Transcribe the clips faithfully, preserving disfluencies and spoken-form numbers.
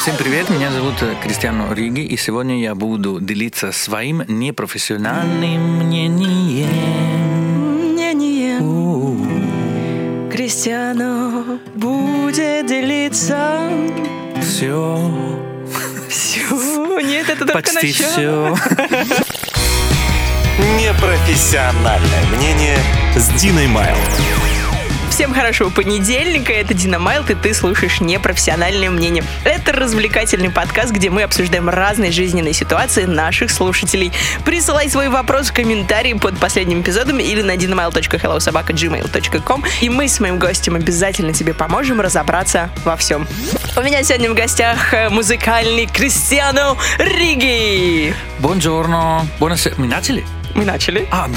Всем привет, меня зовут Кристиано Риги, и сегодня я буду делиться своим непрофессиональным мнением. Мнением. У-у-у. Кристиано будет делиться. Все. Все. Нет, это только почти начало. все. Непрофессиональное мнение с Диной Майл. Всем хорошего понедельника, это Дина Майлд, и ты слушаешь «Непрофессиональное мнение». Это развлекательный подкаст, где мы обсуждаем разные жизненные ситуации наших слушателей. Присылай свой вопрос в комментарии под последним эпизодом или на dinamail точка hello собака джимейл точка ком, и мы с моим гостем обязательно тебе поможем разобраться во всем. У меня сегодня в гостях музыкальный Кристиано Риги. Buongiorno. Buonasera. Мы начали? Мы начали. А,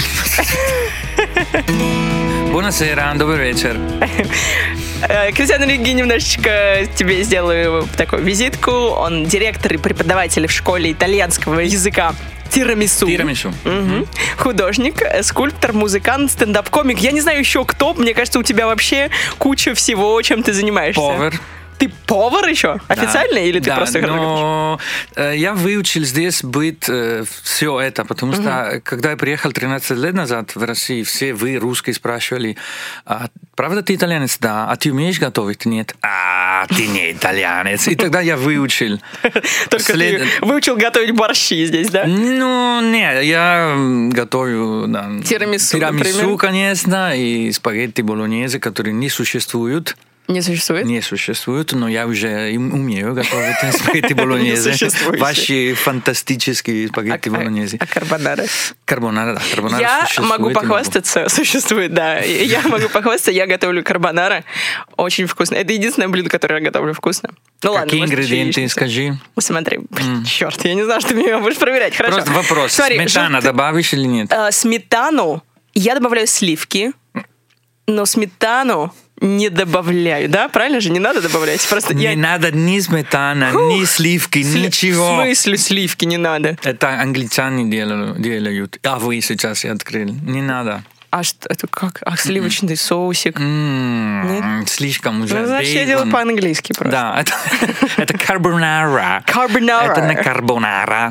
Buonasera, добрый вечер. Кристиано Риги, немножечко тебе сделаю такую визитку. Он директор и преподаватель в школе итальянского языка Тирамису. Тирамису. Угу. Художник, скульптор, музыкант, стендап-комик. Я не знаю еще кто. Мне кажется, у тебя вообще куча всего, чем ты занимаешься. Повар. Ты повар еще? Официально? Да, или ты да, просто но э, я выучил здесь быть э, все это, потому что uh-huh. когда я приехал тринадцать лет назад в Россию, все вы, русские, спрашивали, а, правда ты итальянец? Да. А ты умеешь готовить? Нет. А, ты не итальянец. И тогда я выучил. Только ты выучил готовить борщи здесь, да? Ну, нет, я готовлю тирамису, тирамису, конечно, и спагетти болоньезе, которые не существуют. Не существует? Не существует, но я уже умею готовить спагетти болоньезе. Ваши фантастические спагетти болоньезе. А карбонара? Карбонара, да. Карбонара я существует. могу похвастаться, существует, да. Я могу похвастаться, я готовлю карбонара. Очень вкусно. Это единственное блюдо, которое я готовлю вкусно. Ну ладно. Какие ингредиенты, скажи? Смотри, mm. черт, я не знаю, что ты меня будешь проверять. Хорошо. Просто вопрос. Смотри, сметана жел... добавишь или нет? А, сметану я добавляю сливки, но сметану не добавляю, да? Правильно же? Не надо добавлять. Просто не я... надо ни сметана, Фух. ни сливки, Сли... ничего. В смысле сливки не надо? Это англичане делают. А вы сейчас открыли. Не надо. А что это как? А сливочный mm. соусик? Mm. Слишком уже. Ну, значит, я делаю по-английски просто. Да, это, это карбонара. Карбонара. Это не карбонара.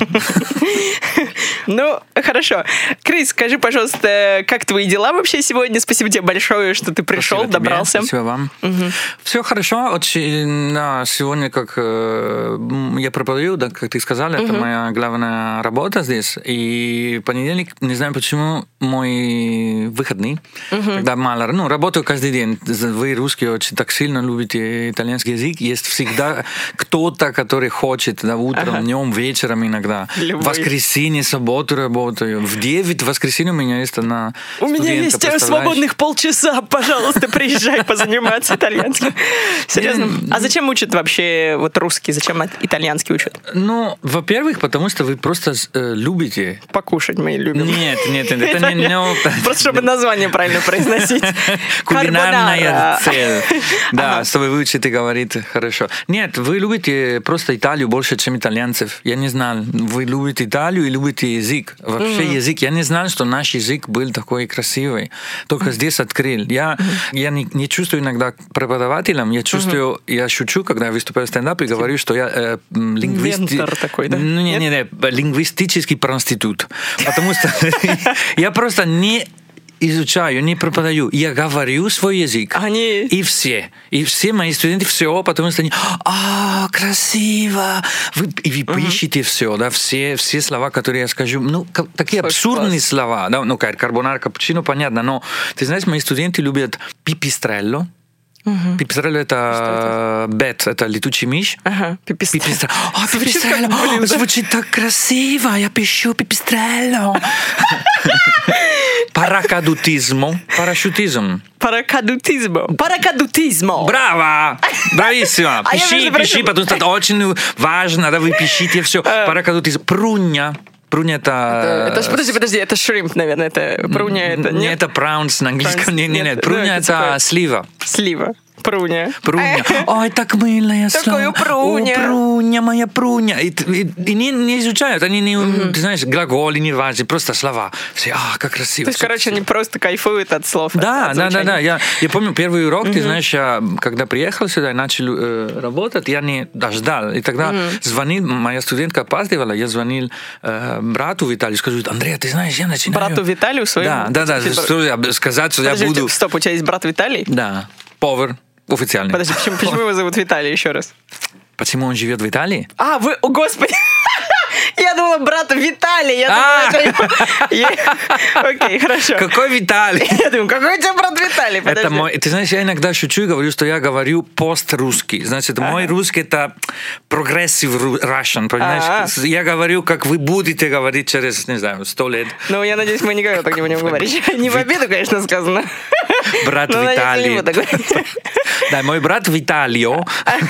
Ну, хорошо. Крис, скажи, пожалуйста, как твои дела вообще сегодня? Спасибо тебе большое, что ты пришел, спасибо добрался. Тебе, спасибо вам. Угу. Все хорошо. Очень, да, сегодня, как э, я преподаю, да, как ты сказала, угу. это моя главная работа здесь. И понедельник, не знаю почему, мой выходный, uh-huh. когда мало, ну, работаю каждый день. Вы, русские, очень так сильно любите итальянский язык. Есть всегда кто-то, который хочет, да, утром, uh-huh. днем, вечером иногда. В воскресенье, субботу работаю. В девять в воскресенье у меня есть одна У меня есть свободных полчаса, пожалуйста, приезжай позаниматься итальянским. Серьезно? А зачем учат вообще вот русский? Зачем итальянский учат? Ну, во-первых, потому что вы просто э, любите. Покушать мы любим. Нет, нет, нет. Это не... Просто чтобы название правильно произносить. Кулинарная цель. Да, ага. чтобы выучить и говорить хорошо. Нет, вы любите просто Италию больше, чем итальянцев. Я не знал. Вы любите Италию и любите язык. Вообще mm-hmm. язык. Я не знал, что наш язык был такой красивый. Только mm-hmm. здесь открыл. Я, mm-hmm. я не, не чувствую иногда преподавателем. Я чувствую, mm-hmm. я шучу, когда я выступаю в стендапе и говорю, что я э, лингвисти... такой, да? Ну, не, не, не, лингвистический проститут. Потому что я просто не изучаю, не преподаю. Я говорю свой язык. Они... И все. И все мои студенты все, потому что они, а, красиво. Вы, и вы uh-huh. пишите все, да, все, все слова, которые я скажу. Ну, как, такие Свой абсурдные класс. слова. Да? Ну, как карбонара, капучино, понятно. Но, ты знаешь, мои студенты любят пипистрелло. Uh-huh. Пипистрелло это бет, это летучий мышь. Ага, пипистрелло. О, пипистрелло, звучит так красиво, я пишу пипистрелло. Паракадутизмо. Парашютизм. Паракадутизмо. Паракадутизмо. Браво! Брависсимо. Пиши, пиши, потому что это очень важно, да, вы пишите все. Паракадутизм. Пруня. Пруня это... это... это... Подожди, подожди, это шримп, наверное. Это пруня это... Не, это праунс на английском. Нет, нет, нет. Пруня это слива. Слива. Пруня. Пруня. Ой, так милая Такое пруня. О, пруня, моя пруня. И, и, и не, не изучают, они не, mm-hmm. ты знаешь, глаголы не важны, просто слова. Все, а, как красиво. То есть, короче, они просто кайфуют от слов. Да, от, да, от да, да. Я, я помню первый урок, mm-hmm. ты знаешь, я, когда приехал сюда и начал э, работать, я не ждал. И тогда mm-hmm. звонил, моя студентка опаздывала, я звонил э, брату Виталию, скажу, Андрей, ты знаешь, я начинаю... Брату Виталию своему? Да, да, да, ты... сказать, что Подожди, я буду... Стоп, у тебя есть брат Виталий? Да, повар. Официально. Подожди, почему, почему его зовут Виталий еще раз? Почему он живет в Италии? А, вы, о господи! Я думала, брата Виталий. Я думала, окей, хорошо. Какой Виталий? Я думаю, какой у тебя брат Виталий? Это мой, ты знаешь, я иногда шучу и говорю, что я говорю пост-русский. Значит, мой русский это progressive Russian, понимаешь? Я говорю, как вы будете говорить через, не знаю, сто лет. Ну, я надеюсь, мы никогда так не будем говорить. Не в обиду, конечно, сказано. Брат Виталий. Да, мой брат Виталио,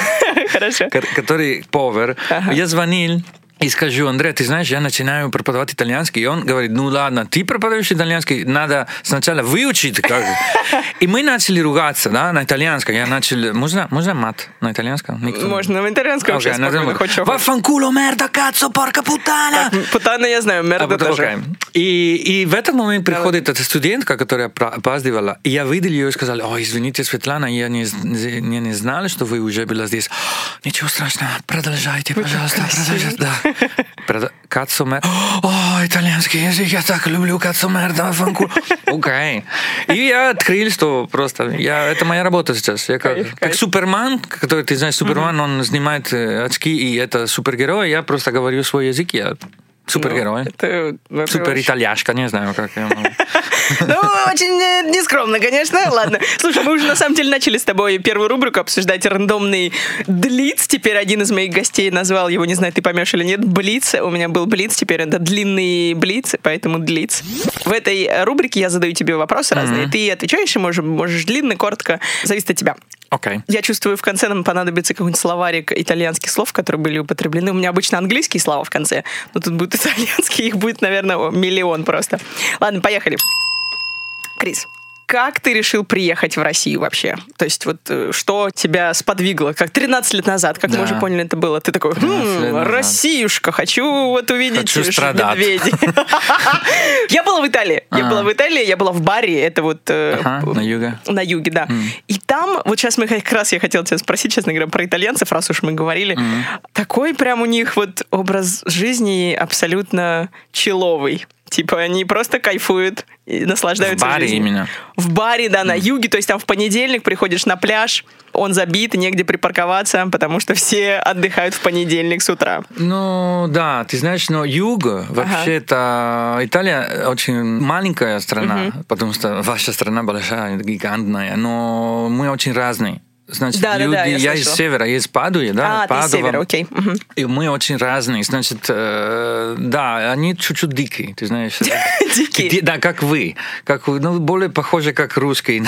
который повар. Я звонил и скажу, Андрей, ты знаешь, я начинаю преподавать итальянский. И он говорит, ну ладно, ты преподаешь итальянский, надо сначала выучить. Как... И мы начали ругаться, да, на итальянском. Я начал... Можно, можно мат на итальянском? Никто... Можно на итальянском вообще okay, спокойно, хоть что. Вафанкуло, мерда, кацо, порка путана. Путана я знаю, мерда а тоже. Okay. И, и в этот момент приходит эта студентка, которая опаздывала. И я видел ее и сказал, ой, извините, Светлана, я не, не, не знала, что вы уже были здесь. Ничего страшного, продолжайте, пожалуйста, продолжайте. Да. Кацо мерда. О, итальянский язык, я так люблю кацо мерда, фанку. Окей. И я открыл, что просто я, это моя работа сейчас. Я как, кайф, как кайф. Супермен, который, ты знаешь, Супермен, mm-hmm. он снимает очки, и это супергерой, я просто говорю свой язык, я супергерой. Ну, супер-итальяшка, не знаю, как я могу. Ну, очень нескромно, конечно. Ладно. Слушай, мы уже на самом деле начали с тобой первую рубрику обсуждать рандомный Блиц. Теперь один из моих гостей назвал его, не знаю, ты поймешь или нет, Блиц. У меня был Блиц, теперь это длинный Блиц, поэтому Длиц. В этой рубрике я задаю тебе вопросы разные. Mm-hmm. Ты отвечаешь, и можешь, можешь длинно, коротко. Зависит от тебя. Okay. Я чувствую, в конце нам понадобится какой-нибудь словарик итальянских слов, которые были употреблены. У меня обычно английские слова в конце, но тут будут итальянские, их будет, наверное, миллион просто. Ладно, поехали. Крис, как ты решил приехать в Россию вообще? То есть вот что тебя сподвигло? Как тринадцать лет назад, как да. мы уже поняли, это было. Ты такой, хм, Россиюшка, хочу вот увидеть медведей. Я была в Италии. Я была в Италии, я была в Бари, это вот... На юге. На юге, да. И там, вот сейчас мы как раз, я хотела тебя спросить, честно говоря, про итальянцев, раз уж мы говорили. Такой прям у них вот образ жизни абсолютно человый. Типа они просто кайфуют и наслаждаются жизнью. В баре жизнью. Именно? В баре, да, на юге. То есть там в понедельник приходишь на пляж, он забит, негде припарковаться, потому что все отдыхают в понедельник с утра. Ну, да, ты знаешь, но юг, вообще это... Ага. Италия очень маленькая страна, угу. потому что ваша страна большая, гигантная, но мы очень разные. Значит, да, люди, да, да, я, я из севера, я из Падуи, да, а, Падова, ты из севера, окей. Угу. И мы очень разные, значит, э, да, они чуть-чуть дикие, ты знаешь. Дикие? Да, как вы, как вы, ну, более похожи, как русские.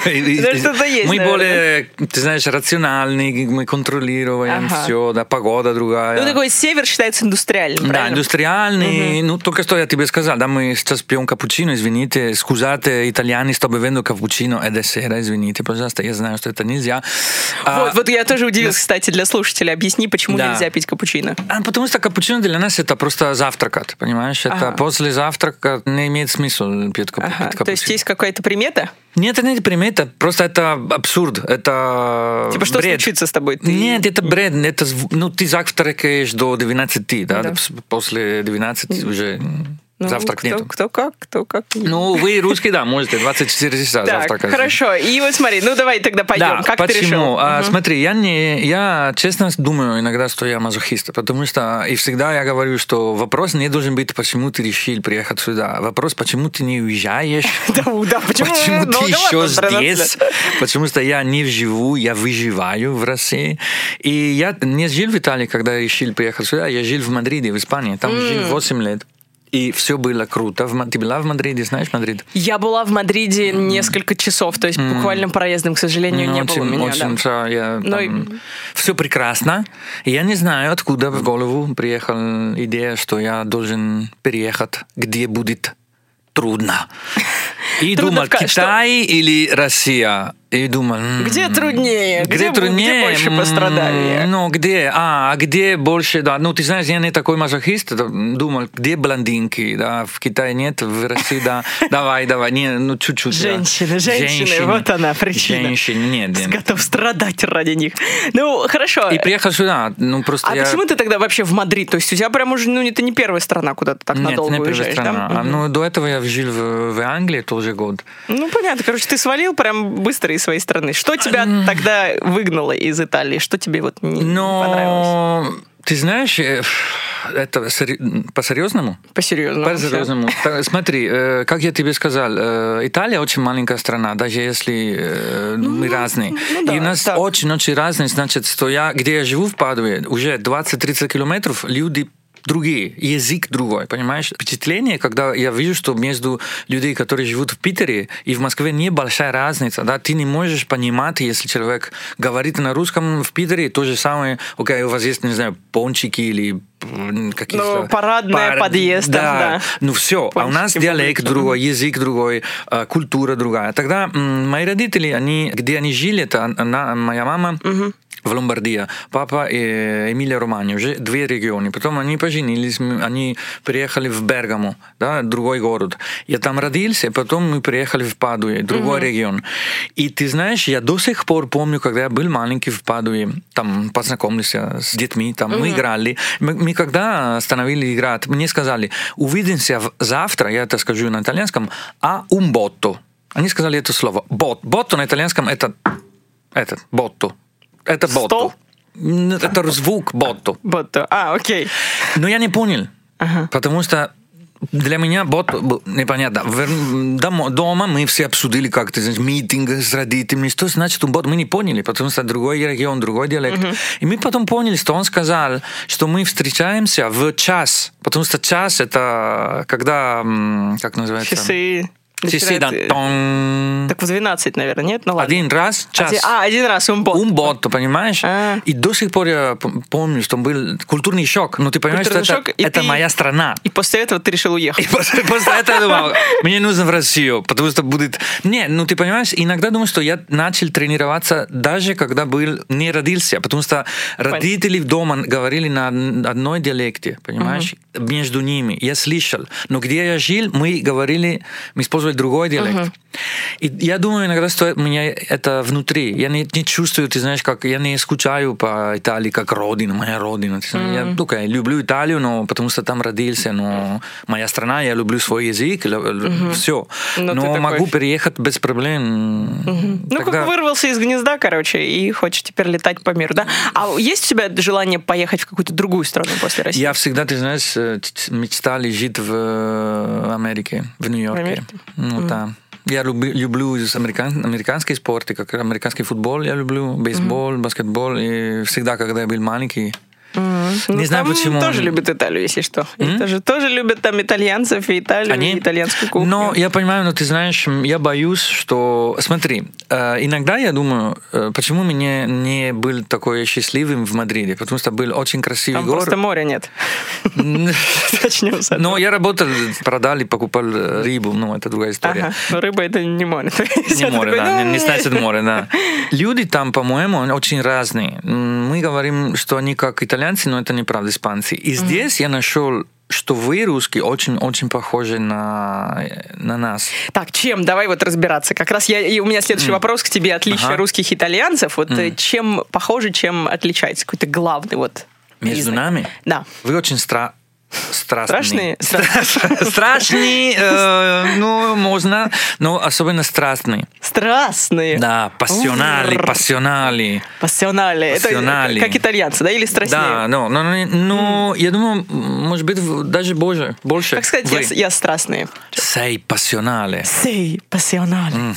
Что-то есть, мы более, ты знаешь, рациональные, мы контролируем все, да, погода другая. Ну, такой север считается индустриальным, Да, индустриальный, ну, только что я тебе сказал, да, мы сейчас пьем капучино, извините, scusate, итальяне, sto bevendo cappuccino e sera, извините, пожалуйста, я знаю, что это нельзя. Вот, а, вот я тоже удивилась, кстати, для слушателей. Объясни, почему да. нельзя пить капучино. А, потому что капучино для нас это просто завтракать, понимаешь? Это ага. после завтрака не имеет смысла пить кап- ага. капучино. То есть есть какая-то примета? Нет, это не примета, просто это абсурд, это Типа что бред. Случится с тобой? Ты... Нет, это бред, это, ну, ты завтракаешь до двенадцати, да? Да. После двенадцати уже... Ну, завтрак кто, нету. Кто как, кто как. Ну, вы русские, да, можете двадцать четыре часа завтракать. Так, хорошо. И вот смотри, ну давай тогда пойдем. Да, как почему? ты решил? А, угу. Смотри, я, не, я честно думаю иногда, что я мазохист, потому что и всегда я говорю, что вопрос не должен быть, почему ты решил приехать сюда. Вопрос, почему ты не уезжаешь, почему ты еще здесь, потому что я не живу, я выживаю в России. И я не жил в Италии, когда решил приехать сюда, я жил в Мадриде, в Испании, там жил восемь лет. И все было круто. Ты была в Мадриде, знаешь Мадрид? Я была в Мадриде несколько часов, то есть mm. буквально проездом, к сожалению, ну, не очень, было у меня. Очень, да. я, Но... там, все прекрасно. И я не знаю, откуда в голову приехала идея, что я должен переехать, где будет трудно. И думал, Китай или Россия. и думал... Где труднее? Где, где труднее? Где больше пострадали? Ну, где? А, а где больше, да. Ну, ты знаешь, я не такой мазохист, думал, где блондинки, да, в Китае нет, в России, да. Давай, давай, не, ну, чуть-чуть. Женщины, да. женщины, женщины, вот она причина. Женщины, нет, нет. Готов страдать ради них. Ну, хорошо. И приехал сюда, ну, просто А я... почему ты тогда вообще в Мадрид? То есть у тебя прям уже, ну, это не первая страна, куда ты так Нет, надолго не первая уезжаешь, страна. да? А, ну, до этого я жил в, в Англии тоже год. Ну, понятно. Короче, ты свалил прям быстро из своей страны. Что тебя тогда выгнало из Италии? Что тебе вот не Но... понравилось? Ты знаешь, это по-серьезному? По-серьезному. По-серьезному. Смотри, как я тебе сказал, Италия очень маленькая страна, даже если ну, мы разные. Ну, да, и у нас очень-очень разные, значит, что я, где я живу в Падуе, уже двадцать-тридцать километров, люди другие, язык другой, понимаешь? Впечатление, когда я вижу, что между людьми, которые живут в Питере и в Москве, небольшая разница, да, ты не можешь понимать, если человек говорит на русском в Питере, то же самое, окей, у вас есть, не знаю, пончики или какие-то... Ну, парадная Пар... подъезд, да. да. Ну, все, пончики, а у нас диалект будут. другой, язык другой, культура другая. Тогда мои родители, они, где они жили, это она, моя мама, угу. в Ломбардии, папа и Эмилия Романья, уже две регионы. Потом они поженились, они приехали в Бергамо, да, другой город. Я там родился, потом мы приехали в Падуе, другой mm-hmm. регион. И ты знаешь, я до сих пор помню, когда я был маленький в Падуе, там познакомились с детьми, там mm-hmm. мы играли. Мы, мы когда остановили играть, мне сказали, увидимся завтра, я это скажу на итальянском, а un botto. Они сказали это слово. Бот. Ботто на итальянском это этот, ботто. Это ботто. Это звук ботто. Ботто. А, окей. Но я не понял. Ага. Потому что для меня ботто был непонятно. Дома мы все обсудили как-то, митинг с родителями. Что значит ботто? Мы не поняли, потому что другой регион, другой диалект. Uh-huh. И мы потом поняли, что он сказал, что мы встречаемся в час. Потому что час это когда, как называется? Часы. Часы, да. Так в двенадцать, наверное, нет? Ну, ладно. Один раз, час. Один, а, один раз, умботто. Умботто, понимаешь? А. И до сих пор я помню, что был культурный шок. Но ты понимаешь, культурный что шок, это, это ты... моя страна. И после этого ты решил уехать. И после, после этого я думал, мне нужно в Россию, потому что будет... Не, ну ты понимаешь, иногда думаю, что я начал тренироваться даже когда был, не родился, потому что родители дома говорили на одной диалекте, понимаешь? Угу. Между ними. Я слышал. Но где я жил, мы говорили, мы использовали другой диалект. Uh-huh. И я думаю иногда, что у меня это внутри. Я не, не чувствую, ты знаешь, как я не скучаю по Италии как родина, моя родина. Uh-huh. Я okay, люблю Италию, но потому что там родился, но моя страна, я люблю свой язык, uh-huh. все. Но, но могу такой... переехать без проблем. Uh-huh. Тогда... Ну, как вырвался из гнезда, короче, и хочешь теперь летать по миру, да? А есть у тебя желание поехать в какую-то другую страну после России? Я всегда, ты знаешь, мечтал жить в Америке, в Нью-Йорке. Ну, mm. да. Я люблю, люблю американ, американские спорты, как американский футбол, я люблю бейсбол, mm. баскетбол, и всегда, когда я был маленький, Mm-hmm. Не ну, знаю, почему. Тоже любят Италию, если что. Mm-hmm. Тоже, тоже любят там итальянцев и Италию, Они... и итальянскую кухню. Но я понимаю, но ты знаешь, я боюсь, что... Смотри, иногда я думаю, почему мне не был такой счастливым в Мадриде, потому что был очень красивый там город. Там просто моря нет. Начнем с этого. Но я работал, продали, покупал рыбу, ну, это другая история. Ага, но рыба это не море. Не море, да, не значит море, да. Люди там, по-моему, очень разные. Мы говорим, что они как итальянцы, но это неправда, испанцы. И здесь mm-hmm. я нашел, что вы, русские, очень-очень похожи на, на нас. Так, чем? Давай вот разбираться. Как раз я, и у меня следующий mm. вопрос к тебе. Отличие ага. русских и итальянцев. Вот mm. чем похожи, чем отличается? Какой-то главный вот Между признак. нами? Да. Вы очень стра... Страшные? Страшные. Страшные, ну, можно, но особенно страстные. Страстные? Да, пассионали, пассионали. Пассионали. Это как итальянцы, да, или страстнее? Да, но я думаю, может быть, даже больше. Как сказать, я страстный? Sei passionale. Sei passionale.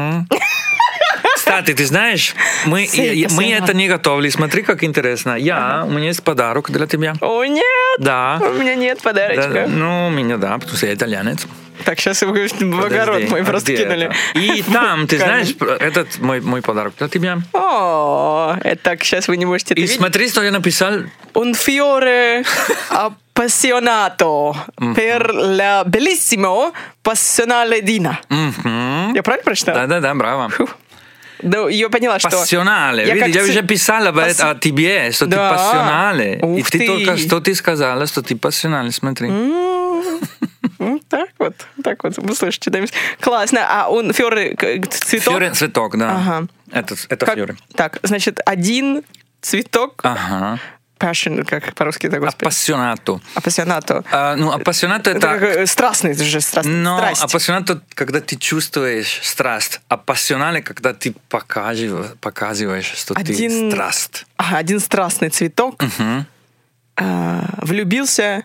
Кстати, ты знаешь, мы, я, мы это не готовили. Смотри, как интересно. Я, ага. у меня есть подарок для тебя. О, нет! Да. У меня нет подарочка. Да, ну, у меня, да, потому что я итальянец. Так, сейчас вы в огород мой просто кинули. Это? И там, ты знаешь, этот мой, мой подарок для тебя. О, это так, сейчас вы не можете это И видеть. смотри, что я написал. Un fiore appassionato per la bellissimo passionale Dina. Я правильно прочитал? Да-да-да, браво. Ну, я поняла, что... Пассионале. Я, Видишь, как... я уже писала Пас... о тебе, что да. ты пассионале. Ух И ты, ты только что ты сказала, что ты пассионале, смотри. Вот так вот, так вот, вы слышите, да? Классно. А он фьоры, цветок? Фьоре цветок, да. Ага. Это, это как... фьоре. Так, значит, один цветок. Ага. Passion, как по-русски это, господи. Аппассионато. Аппассионато. А, ну, аппассионато это... Это как страстный, это же страстный. Но страсть. аппассионато, когда ты чувствуешь страсть. Аппассионале, когда ты показываешь, показываешь что один... ты страсть. Ага, один страстный цветок. Угу. А, влюбился...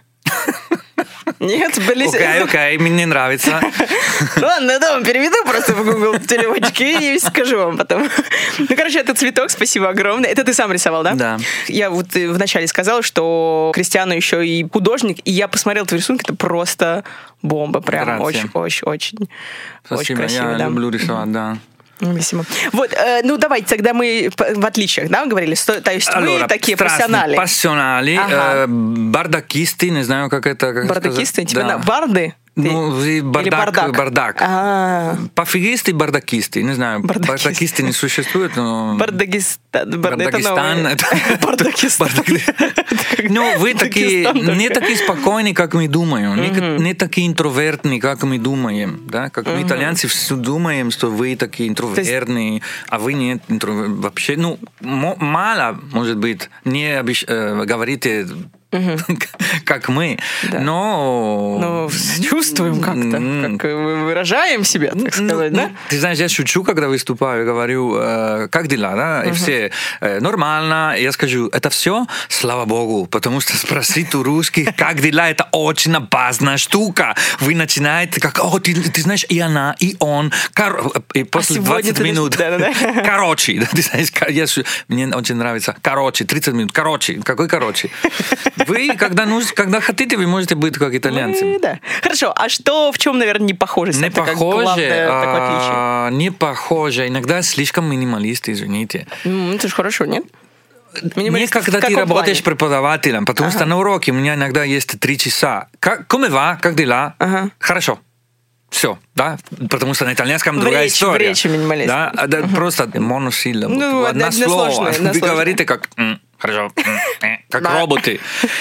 Нет, блин. Окей, окей, мне не нравится. Ладно, я дома переведу просто в Google переводчики и скажу вам потом. Ну, короче, это цветок, спасибо огромное. Это ты сам рисовал, да? Да. Я вот вначале сказала, что Кристиану еще и художник, и я посмотрела твои рисунки, это просто бомба, прям очень-очень-очень. Спасибо, очень красиво, я да. люблю рисовать, да. Спасибо. Вот, э, ну давайте тогда мы в отличиях, да, говорили, что, то есть Allora, вы такие страстные, профессионалы. Пассионали, Ага. э, бардакисты, не знаю, как это как Бардакисты, сказать. типа Да. на барды? Ты... Ну, вы бардак, Или бардак? бардак. А, Пофигисты, бардакисты, не знаю, Бардакисты. бардакисты не существует, но... Бардагистан. Бардагистан. Это Бардагистан. Ну, вы такие, Дагестан не только. такие спокойные, как мы думаем, не, не такие интровертные, как мы думаем, да, как мы итальянцы все думаем, что вы такие интровертные, а вы нет, интровер... вообще, ну, м- мало, может быть, не обещ... э, говорите как мы, Да. но... Ну, чувствуем как-то, М. как выражаем себя, так сказать, Ну, да? Ты знаешь, я шучу, когда выступаю, говорю, э, как дела, да? И все э, нормально. Я скажу, это все, слава богу, потому что спросить у русских, как дела, это очень опасная штука. Вы начинаете, как, о, ты, ты знаешь, и она, и он. Кор... И после сегодня двадцать ты минут. Да-да-да. Короче, да, ты знаешь, я, шу- мне очень нравится. Короче, тридцать минут. Короче, какой короче? Вы, когда, нужно, когда хотите, вы можете быть как итальянцы. Ну, да. Хорошо, а что, в чем, наверное, не похожесть? Не Это как похоже, главное такое отличие. а, не похоже. Иногда слишком минималисты, извините. М, Это же хорошо, нет? Не Минималист когда в ты каком работаешь плане? преподавателем, потому Ага. что на уроке у меня иногда есть три часа. Как, come va? Как дела? Ага. Хорошо. Все, да? Потому что на итальянском В другая речи, в история. речи минималист. Да, а, да, просто моносиллабу. Ну, одно односложное, слово. Вы односложное. говорите как... «М, Хорошо, м, э», как Да. роботы.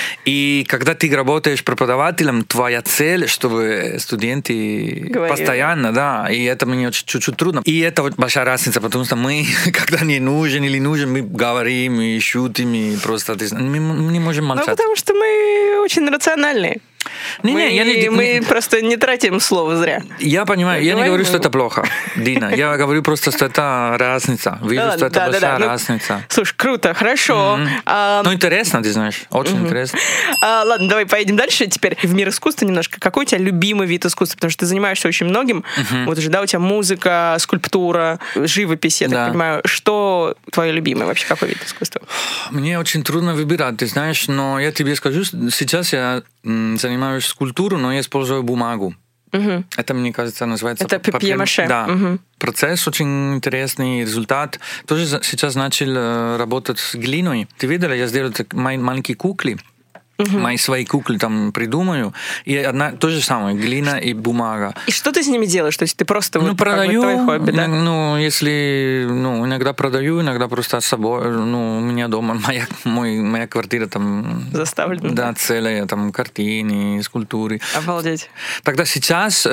И когда ты работаешь преподавателем, твоя цель, чтобы студенты Говорили. постоянно, да, и это мне очень чуть-чуть трудно. И это вот большая разница, потому что мы, когда не нужен или нужен, мы говорим и шутим, и просто ты знаешь, мы мы не можем Ну, молчать. потому что мы очень рациональные. Не, мы, не, я не- мы не- просто не тратим слово зря. Я понимаю, я не Говорим, говорю, что ну. это плохо, Дина. Я говорю просто, что это разница. Вижу, Да что это ладно, да, да, большая да. Ну, разница. Слушай, круто, хорошо. А, Ну, интересно, ты знаешь, очень интересно. а, ладно, давай поедем дальше. Теперь в мир искусства немножко. Какой у тебя любимый вид искусства? Потому что ты занимаешься очень многим. Вот уже, да, у тебя музыка, скульптура, живопись, я Да. так понимаю. Что твое любимое вообще? Какой вид искусства? Мне очень трудно выбирать, ты знаешь, но я тебе скажу, сейчас я м, занимаюсь скульптурой, но я использую бумагу. Мгм. Это, мне кажется, называется... Это папье- папье-маше. Да. Мгм. Процесс очень интересный, результат. Тоже за- сейчас начал э, работать с глиной. Ты видела, я сделал так мои маленькие куклы. Мои свои куклы там придумаю. И одна, то же самое, глина и бумага. И что ты с ними делаешь? То есть ты просто Ну, вот как бы продаю, твое хобби, да? иног- ну, если, ну, иногда продаю, иногда просто с собой, ну, у меня дома, моя, мой, моя квартира там... Заставлена. Да, целая, там, картины, скульптуры. Обалдеть. Тогда сейчас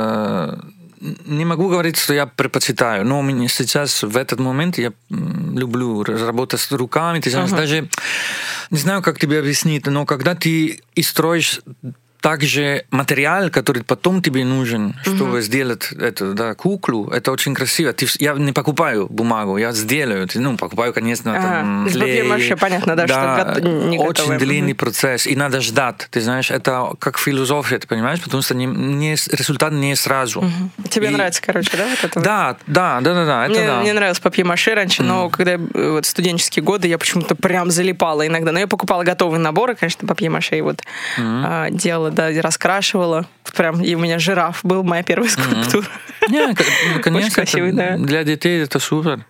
э, не могу говорить, что я предпочитаю, но у меня сейчас, в этот момент, я м, люблю работать с руками, ты знаешь, даже, не знаю, как тебе объяснить, но когда ты и строишь также материал, который потом тебе нужен, чтобы сделать эту, да, куклу, это очень красиво. Ты, я не покупаю бумагу, я сделаю. Ну, покупаю, конечно, Ага, там, из клей. папье-маше, понятно, да, что гот- не очень готовое. длинный Мгм. процесс, и надо ждать, ты знаешь, это как философия, ты понимаешь, потому что не, не, результат не сразу. Тебе И- нравится, короче, да, вот это? вот? Да, да, да, да, да, это Мне, да. мне нравилось папье-маше раньше, но когда э, вот студенческие годы, я почему-то прям залипала иногда. Но я покупала готовые наборы, конечно, папье-маше, и вот а, делала, да, и раскрашивала. Прям, и у меня жираф был, моя первая скульптура. Не, к- ну, конечно, красивый, это да. для детей это супер.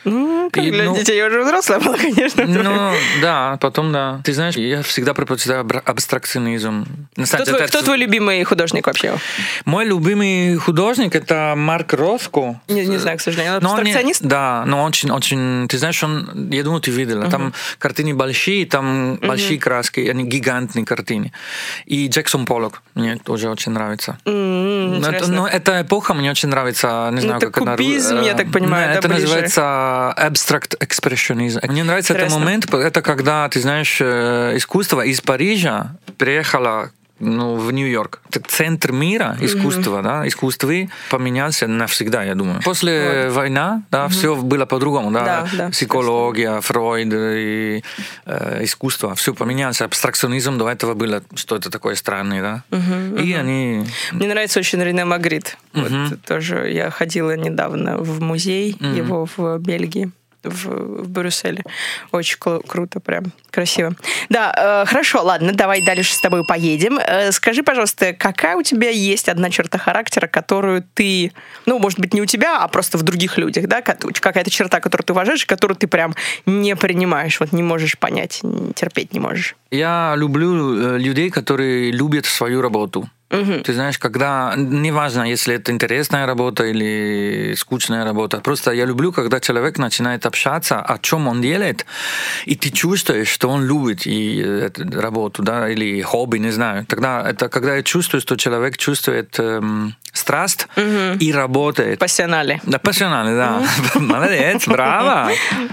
Ну, как И, для ну, детей я уже взрослая была, конечно. Ну, да, потом да. Ты знаешь, я всегда предпочитаю абра- абстракционизм. На Кто самом деле, твой, это- кто твой любимый художник вообще? Мой любимый художник — это Марк Роско. Не, не знаю, к сожалению. Он Но он не- абстракционист? Да, но очень, очень... Ты знаешь, он... Я думаю, ты видела. Там картины большие, там большие краски, они гигантные картины. И Джексон Поллок мне тоже очень нравится. М, Но это, интересно. ну, эта эпоха мне очень нравится. Не Ну, знаю, это как она... кубизм, я так понимаю, Это да, ближе? называется abstract expressionism. Мне нравится этот Интересно. момент, это когда, ты знаешь, э, искусство из Парижа переехало ну, в Нью-Йорк. Это центр мира искусства, да, искусствы поменялся навсегда, я думаю. После войны, да, все было по-другому, да, Да, да, психология, Фройд и э, искусство, все поменялось. Абстракционизм до этого было что-то такое странное, да. И они... Мне нравится очень Рене Магрит. Вот тоже я ходила недавно в музей его в Бельгии. В, в Брюсселе. Очень кру- круто, прям красиво. Да, э, хорошо, ладно, давай дальше с тобой поедем. Э, скажи, пожалуйста, какая у тебя есть одна черта характера, которую ты, ну, может быть, не у тебя, а просто в других людях, да, ка- какая-то черта, которую ты уважаешь, которую ты прям не принимаешь, вот не можешь понять, не- терпеть не можешь? Я люблю э, людей, которые любят свою работу. Мгм. Ты знаешь, когда, неважно, если это интересная работа или скучная работа, просто я люблю, когда человек начинает общаться, о чем он делает, и ты чувствуешь, что он любит и эту работу, да, или хобби, не знаю. Тогда это когда я чувствую, что человек чувствует эм, страсть и работает. Пассионали. Да, пассионально, да. Молодец, браво.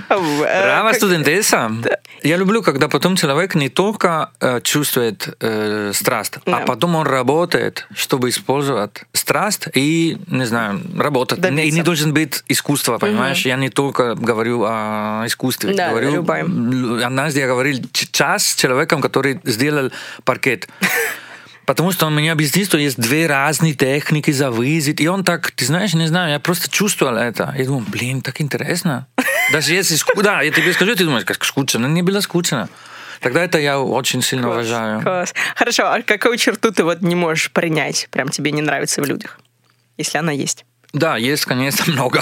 Браво, Как- студентесса. Я люблю, когда потом человек не только э, чувствует э, страсть, Да. а потом он работает, чтобы использовать страсть и, не знаю, работать. Добиться. И не должен быть искусство, понимаешь? Я не только говорю о искусстве. Да, говорю, любая. однажды я говорил ч- час с человеком, который сделал паркет. Потому что он мне объяснил, что есть две разные техники завысить. И он так, ты знаешь, не знаю, я просто чувствовал это. Я думаю, блин, так интересно. Даже если... ску- Да, я тебе скажу, ты думаешь, как скучно. Не было скучно. Тогда это я очень сильно Класс, уважаю. класс. Хорошо, а какую черту ты вот не можешь принять, прям тебе не нравится в людях, если она есть? Да, есть, конечно, много.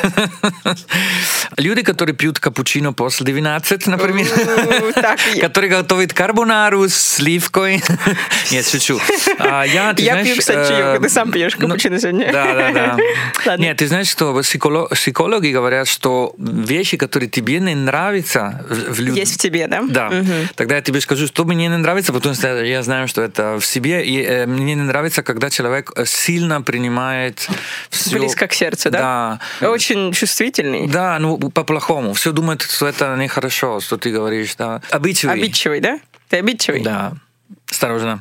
Люди, которые пьют капучино после двенадцати, например. Ну, так, я- Которые готовят карбонару с сливкой. Нет, шучу. А Я, ты Я знаешь, пью, кстати, э, чаек, ты сам пьешь ну, капучино сегодня. Да, да, да. Ладно. Нет, ты знаешь, что психоло- психологи говорят, что вещи, которые тебе не нравятся в в людях... Есть в тебе, да? Да. Тогда я тебе скажу, что мне не нравится, потому что я знаю, что это в себе. И э, мне не нравится, когда человек э, сильно принимает все... Близко к сердцу, да? Да. Очень чувствительный. Да, ну по-плохому. Все думают, что это нехорошо, что ты говоришь, да. Обидчивый. Обидчивый, да? Ты обидчивый? Да. Осторожно.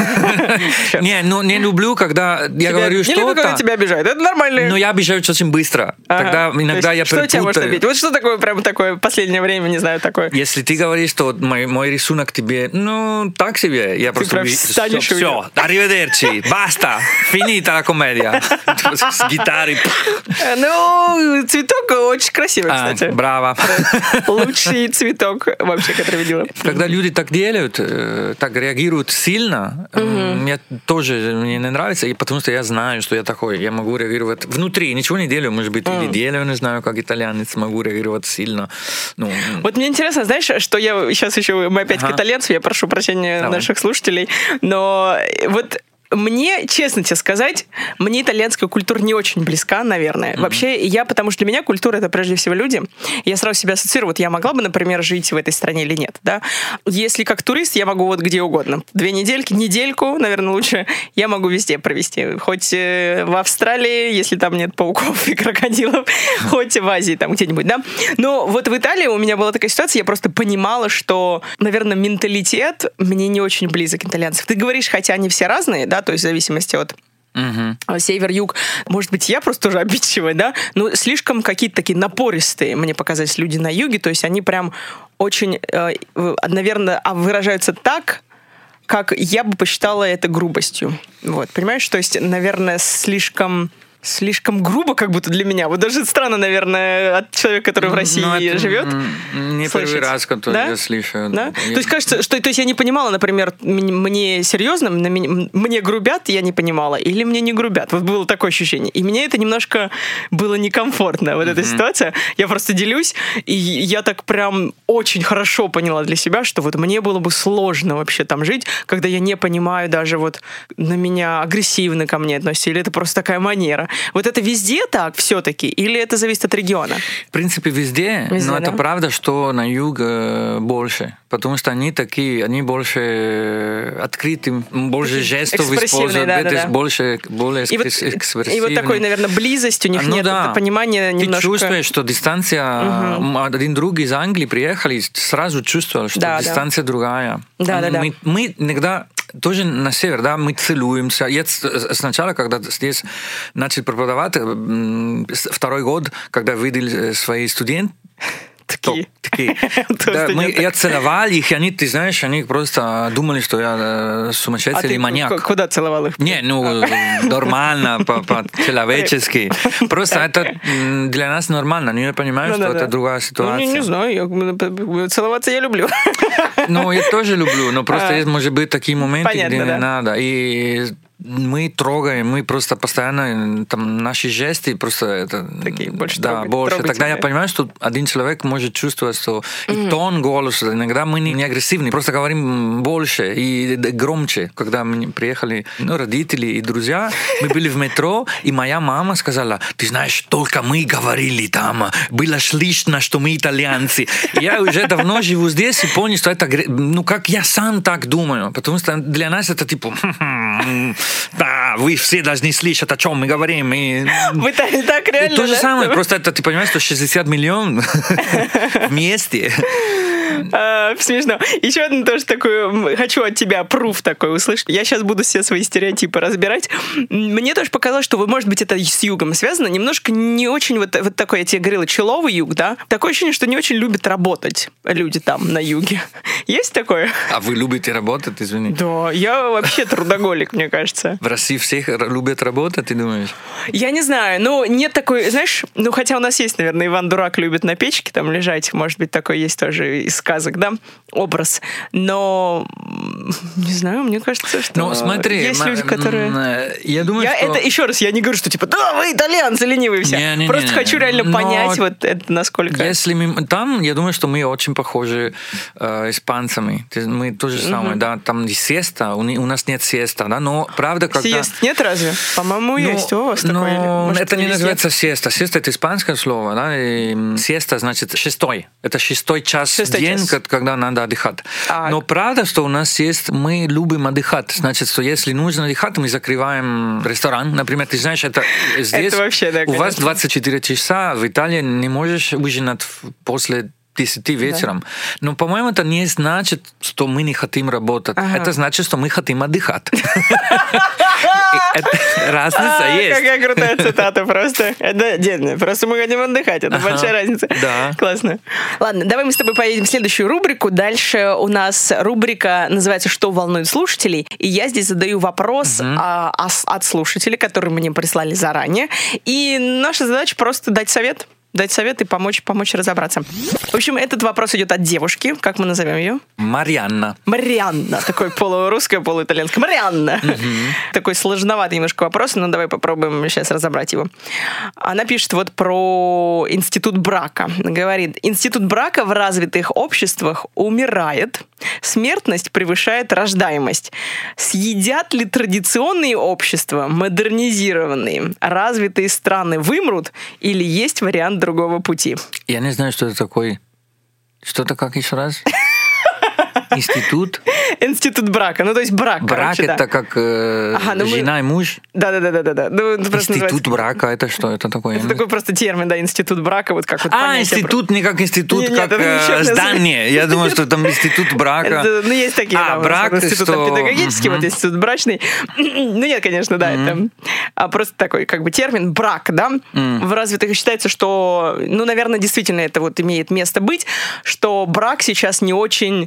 Чё? Не, ну не люблю, когда я Тебя- говорю не люблю, когда что-то, тебя обижают. Это нормально. но я обижаюсь очень быстро. Ага. Тогда То иногда есть, я что тебя может перепутаю. обидеть? Вот что такое прям такое в последнее время, не знаю, такое. Если ты говоришь, что вот мой, мой рисунок тебе, ну, так себе, я просто... прям встанешь и Все, arrivederci, basta, finita la commedia. С гитарой. Э, Ну, цветок очень красивый, А, кстати. Браво. Лучший цветок вообще, который видела. Когда люди так делают, э, так реагируют сильно, э, мне тоже мне не нравится, и потому что я знаю, что я такой, я могу реагировать внутри, ничего не делаю, может быть, или делаю, не знаю, как итальянец, могу реагировать сильно. Ну, Вот мне интересно, знаешь, что я сейчас еще, мы опять Ага. к итальянцу, я прошу прощения Давай. наших слушателей, но вот мне, честно тебе сказать, мне итальянская культура не очень близка, наверное. Mm-hmm. Вообще, я, потому что для меня культура — это прежде всего люди. Я сразу себя ассоциирую, вот я могла бы, например, жить в этой стране или нет, да? Если как турист, я могу вот где угодно. Две недельки, недельку, наверное, лучше, я могу везде провести. Хоть э, в Австралии, если там нет пауков и крокодилов, хоть в Азии там где-нибудь, да? Но вот в Италии у меня была такая ситуация, я просто понимала, что, наверное, менталитет мне не очень близок итальянцев. Ты говоришь, хотя они все разные, да, то есть в зависимости от мгм. север-юг. Может быть, я просто тоже обидчивая, да? Но слишком какие-то такие напористые, мне показались, люди на юге. То есть они прям очень, э, наверное, выражаются так, как я бы посчитала это грубостью. Вот, понимаешь? То есть, наверное, слишком слишком грубо, как будто для меня. Вот даже странно, наверное, от человека, который в России ну, это живет. Не слышать. Первый раз, который да? я слышу. Да? Я... То есть кажется, что то есть я не понимала, например, мне серьезно, мне грубят, я не понимала, или мне не грубят. Вот было такое ощущение. И мне это немножко было некомфортно, вот mm-hmm. эта ситуация. Я просто делюсь, и я так прям очень хорошо поняла для себя, что вот мне было бы сложно вообще там жить, когда я не понимаю даже вот на меня агрессивно ко мне относятся, или это просто такая манера. Вот это везде так все-таки? Или это зависит от региона? В принципе, везде. везде но да? это правда, что на юге больше. Потому что они такие, они больше открыты, больше жестов используют, да, да, да. больше, более и вот, экспрессивные. И вот такой, наверное, близость у них ну, нет, да. понимания немножко... Ты чувствуешь, что дистанция... Угу. Один друг из Англии приехали, сразу чувствовал, что да, дистанция да. другая. Да, да, да. Мы, мы иногда... Тоже на север, да, мы целуемся. Я сначала, когда здесь начал преподавать, второй год, когда видел свои студенты, Такие. Такие. Да, мы, я целовал их, и они, ты знаешь, они просто думали, что я сумасшедший а или маньяк. К- куда целовал их? Не, ну, а. нормально, по-человечески. Просто это для нас нормально. Я понимаю, что это другая ситуация. Ну, не знаю, целоваться я люблю. Ну, я тоже люблю, но просто есть, может быть, такие моменты, где не надо. И мы трогаем, мы просто постоянно, там, наши жесты просто это... Такие больше да, трогать, больше. трогать Тогда тебя. я понимаю, что один человек может чувствовать, что mm-hmm. и тон голоса, иногда мы не, не агрессивны, просто говорим больше и громче. Когда мы приехали, ну, родители и друзья, мы были в метро, и моя мама сказала, ты знаешь, только мы говорили там, было слышно, что мы итальянцы. И я уже давно живу здесь и понял, что это, ну, как я сам так думаю, потому что для нас это типа... Да, вы все должны слышать, о чем мы говорим. И... Вы так, так реально, и то же да? самое, просто это, ты понимаешь, что шестьдесят миллионов вместе. А, смешно. Еще одно тоже такое, хочу от тебя пруф такой услышать. Я сейчас буду все свои стереотипы разбирать. Мне тоже показалось, что, может быть, это с югом связано. Немножко не очень вот, вот такой, я тебе говорила, человый юг, да? Такое ощущение, что не очень любят работать люди там на юге. Есть такое? А вы любите работать, извини? Да, я вообще трудоголик, мне кажется. В России всех любят работать, ты думаешь? Я не знаю, ну, нет такой, знаешь, ну, хотя у нас есть, наверное, Иван Дурак любит на печке там лежать, может быть, такой есть тоже из сказок, да, образ. Но, не знаю, мне кажется, что ну, смотри, есть люди, которые... Я думаю, я что... Это, еще раз, я не говорю, что типа, да, вы итальянцы, ленивые все. Не, не, Просто не, не, хочу реально но понять вот это, насколько... Если мы... Там, я думаю, что мы очень похожи э, испанцами. Мы то же самое, угу. да, там сиеста, у, у нас нет сиеста, да, но правда, когда... Сиест нет разве? По-моему, ну, есть у вас такое. Может, это не называется нет? Сиеста. Сиеста — это испанское слово, да, и сиеста значит шестой. Это шестой час в день, час. Когда надо отдыхать. А... Но правда, что у нас есть, мы любим отдыхать. Значит, что если нужно отдыхать, мы закрываем ресторан. Например, ты знаешь, это здесь... Это вообще, да, у вас двадцать четыре часа, в Италии не можешь ужинать после десяти вечером. Да. Но, по-моему, это не значит, что мы не хотим работать. Ага. Это значит, что мы хотим отдыхать. Разница есть. Какая крутая цитата просто. Это отдельно. Просто мы хотим отдыхать. Это большая разница. Да. Классно. Ладно, давай мы с тобой поедем в следующую рубрику. Дальше у нас рубрика называется «Что волнует слушателей?». И я здесь задаю вопрос от слушателей, которые мне прислали заранее. И наша задача просто дать совет. Дать совет и помочь, помочь разобраться. В общем, этот вопрос идет от девушки. Как мы назовем ее? Марианна. Марианна. Такой полурусское, полуитальянское. Марианна. Угу. Такой сложноватый немножко вопрос, но давай попробуем сейчас разобрать его. Она пишет вот про институт брака. Говорит, институт брака в развитых обществах умирает. Смертность превышает рождаемость. Съедят ли традиционные общества, модернизированные, развитые страны вымрут или есть вариант другого пути? Я не знаю, что это такое. Что-то как еще раз? Институт? Институт брака. Ну, то есть брак, Брак короче, это да. как э, ага, ну жена мы... и муж? Да-да-да. Ну, институт брака, это что? Это такое? Это такой просто термин, да, институт брака. Вот как вот а, институт, про... не как институт, не, как э, здание. Я думаю, что там институт брака. Это, ну, есть такие, а, да, брак, институт что... педагогический, mm-hmm. вот институт брачный. Ну, нет, конечно, да, mm-hmm. это а просто такой как бы термин брак, да. Mm. В развитых считается, что, ну, наверное, действительно это вот имеет место быть, что брак сейчас не очень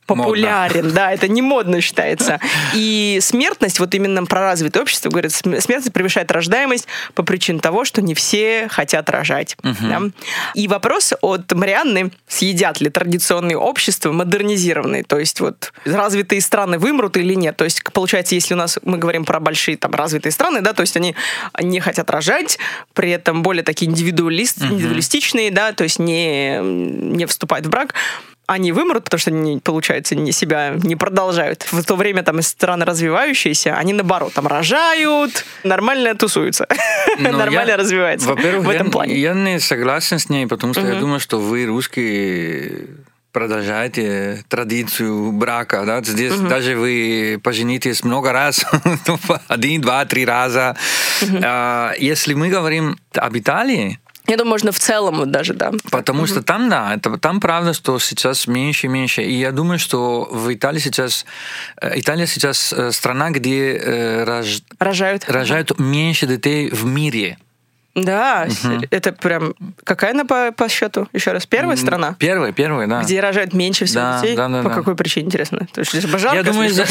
популярен, модно. Да, это не модно считается. И смертность, вот именно про развитое общество, говорят, смертность превышает рождаемость по причине того, что не все хотят рожать. Угу. Да? И вопрос от Марианны, съедят ли традиционные общества модернизированные, то есть вот развитые страны вымрут или нет. То есть, получается, если у нас мы говорим про большие там развитые страны, да, то есть они не хотят рожать, при этом более такие индивидуалист, угу. индивидуалистичные, да, то есть не, не вступают в брак, они вымрут, потому что они, получается, не себя не продолжают. В то время там страны развивающиеся, они наоборот там рожают, нормально тусуются, ну, нормально я, развиваются. Во-первых, в этом я, плане. Я не согласен с ней, потому что uh-huh. я думаю, что вы, русские, продолжаете традицию брака. Да? Здесь uh-huh. даже вы поженитесь много раз, один, два, три раза. Uh-huh. А, если мы говорим об Италии, я думаю, можно в целом даже, да. Потому угу. что там, да, это, там правда, что сейчас меньше и меньше. И я думаю, что в Италии сейчас... Италия сейчас страна, где э, рож... рожают. рожают меньше детей в мире. Да, угу. это прям... Какая она по, по счету? Еще раз, первая страна? Первая, первая, да. Где рожают меньше всего да, детей? Да, да, по да. какой причине, интересно? То есть здесь жарко? Я думаю, за...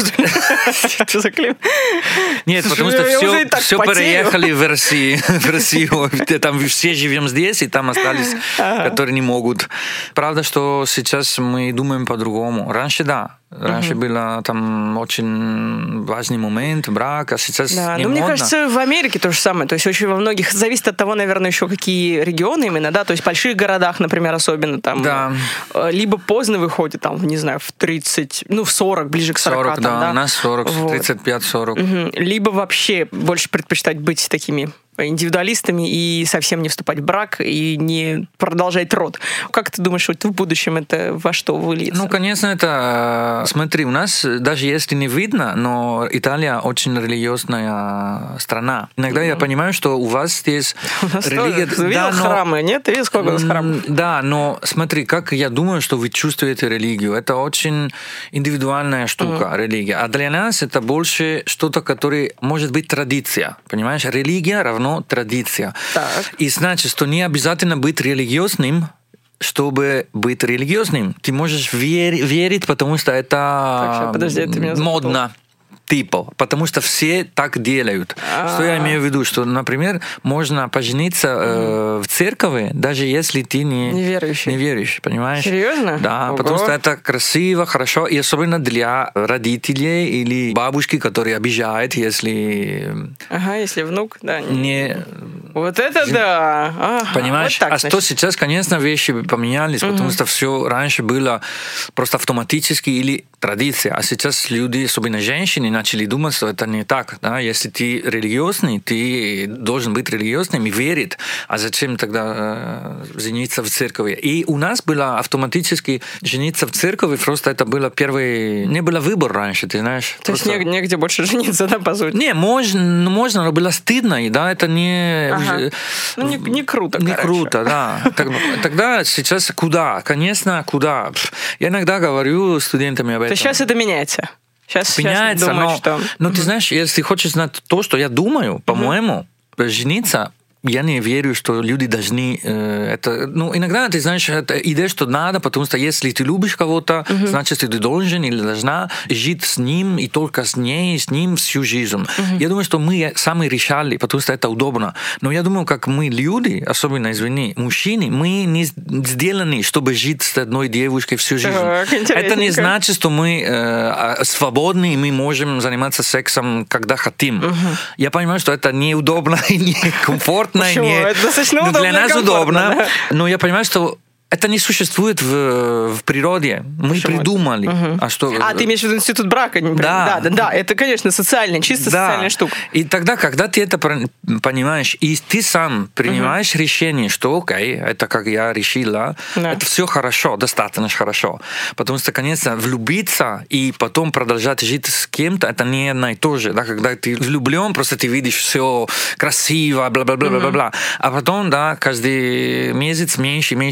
Что за клим? Нет, потому что все, все переехали в Россию. В Россию. Там все живем здесь, и там остались, ага. которые не могут. Правда, что сейчас мы думаем по-другому. Раньше, да. Раньше uh-huh. был там очень важный момент, брак, а сейчас да, не ну, модно. Мне кажется, в Америке то же самое. То есть очень во многих... Зависит от того, наверное, еще какие регионы именно, да, то есть в больших городах, например, особенно там... Да. Либо поздно выходит, там, не знаю, в тридцать, ну, в сорок, ближе к сорока. сорок, там, да, да, у нас сорок, вот. тридцать пять сорок. Угу. Либо вообще больше предпочитать быть такими индивидуалистами и совсем не вступать в брак и не продолжать род. Как ты думаешь, вот в будущем это во что выльется? Ну, конечно, это... Смотри, у нас, даже если не видно, но Италия очень религиозная страна. Иногда mm-hmm. я понимаю, что у вас здесь у нас религия... Тоже. Да, но... храмы, нет? Видишь, сколько у нас храмов? Да, но смотри, как я думаю, что вы чувствуете религию. Это очень индивидуальная штука, mm-hmm. религия. А для нас это больше что-то, которое может быть традиция. Понимаешь? Религия равно традиция. Так. И значит, что не обязательно быть религиозным, чтобы быть религиозным. Ты можешь вер- верить, потому что это так, подожди, это меня модно. Типа, потому что все так делают. А-а-а. Что я имею в виду? Что, например, можно пожениться э, в церкви, даже если ты не, не верующий. Не верующий, понимаешь? Серьезно? Да, Ого. Потому что это красиво, хорошо, и особенно для родителей или бабушки, которые обижают, если... Ага, если внук, да. Не... не... Вот это да! Ага, понимаешь? Вот так, а что сейчас, конечно, вещи поменялись, угу. потому что все раньше было просто автоматически или традиция, а сейчас люди, особенно женщины, начали думать, что это не так. Да? Если ты религиозный, ты должен быть религиозным и верить. А зачем тогда э, жениться в церкви? И у нас было автоматически жениться в церкви, просто это было первый... Не было выбора раньше, ты знаешь. То просто... есть негде больше жениться, да, по сути? Не, можно, можно, но было стыдно, и да, это не... Ага. Ну, не, не круто, Не короче. круто, да. Тогда сейчас куда? Конечно, куда? Я иногда говорю студентам об этом. Сейчас это меняется. Сейчас, меняется, сейчас думаю, но, что... но ты знаешь, если хочешь знать то, что я думаю, по-моему, mm-hmm. жениться... Я не верю, что люди должны э, это... Ну, иногда, ты знаешь, это идея, что надо, потому что если ты любишь кого-то, uh-huh. значит, ты должен или должна жить с ним и только с ней, с ним всю жизнь. Uh-huh. Я думаю, что мы сами решали, потому что это удобно. Но я думаю, как мы люди, особенно, извини, мужчины, мы не сделаны, чтобы жить с одной девушкой всю жизнь. Так, это не значит, что мы э, свободны, и мы можем заниматься сексом, когда хотим. Uh-huh. Я понимаю, что это неудобно и некомфортно. Почему? Не, это достаточно ну, удобно. Для нас удобно, да? но я понимаю, что это не существует в, в природе. Мы Почему? придумали. Угу. А, что... а ты имеешь в виду институт брака? Не да. да, да, да. Это, конечно, социальная, чисто да. социальная штука. И тогда, когда ты это понимаешь, и ты сам принимаешь угу. решение, что окей, это как я решила, да. это все хорошо, достаточно хорошо. Потому что, конечно, влюбиться и потом продолжать жить с кем-то, это не одно и то же. Да? Когда ты влюблен, просто ты видишь все красиво, бла-бла-бла-бла-бла. Угу. А потом, да, каждый месяц меньше, меньше, меньше,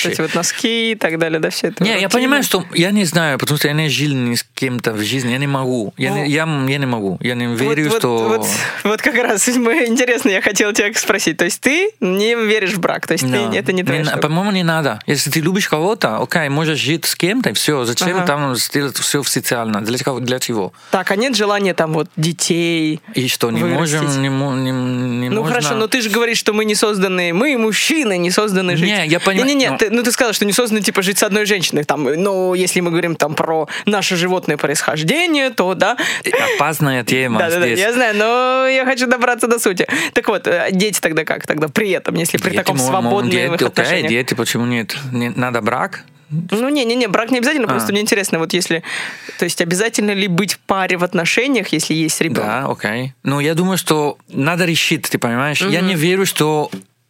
вещи. Вот эти вот носки и так далее, да, все это. Не, я понимаю, что я не знаю, потому что я не жил ни с кем-то в жизни, я не могу. Я, Ну, не, я, я не могу. Я не верю, вот, что... Вот, вот, вот как раз мы, интересно, я хотела тебя спросить. То есть ты не веришь в брак? То есть Да. ты, это не твоя Не, штука? по-моему, не надо. Если ты любишь кого-то, окей, можешь жить с кем-то, и все. Зачем Ага. там сделать все официально? Для, кого- для чего? Так, а нет желания там вот детей? И что, не Вырастить. можем, не, мо- не, не Ну можно... хорошо, но ты же говоришь, что мы не созданы, мы мужчины не созданы жить. Не, я понимаю, Не-не-не, но- ты, ну ты сказал, что не созданы типа жить с одной женщиной. Там, ну, если мы говорим там про наше животное происхождение, то да. Опасная тема Да-да-да, здесь. я знаю, но я хочу добраться до сути. Так вот, э, дети тогда как? Тогда при этом, если при Дети, таком мо- мо- свободных дети, окей, отношениях. дети, почему нет? Не, надо брак? Ну, не-не-не, брак не обязательно, просто А. мне интересно, вот если... То есть обязательно ли быть в паре в отношениях, если есть ребенок? Да, окей. Но я думаю, что надо решить, ты понимаешь? Я не верю, что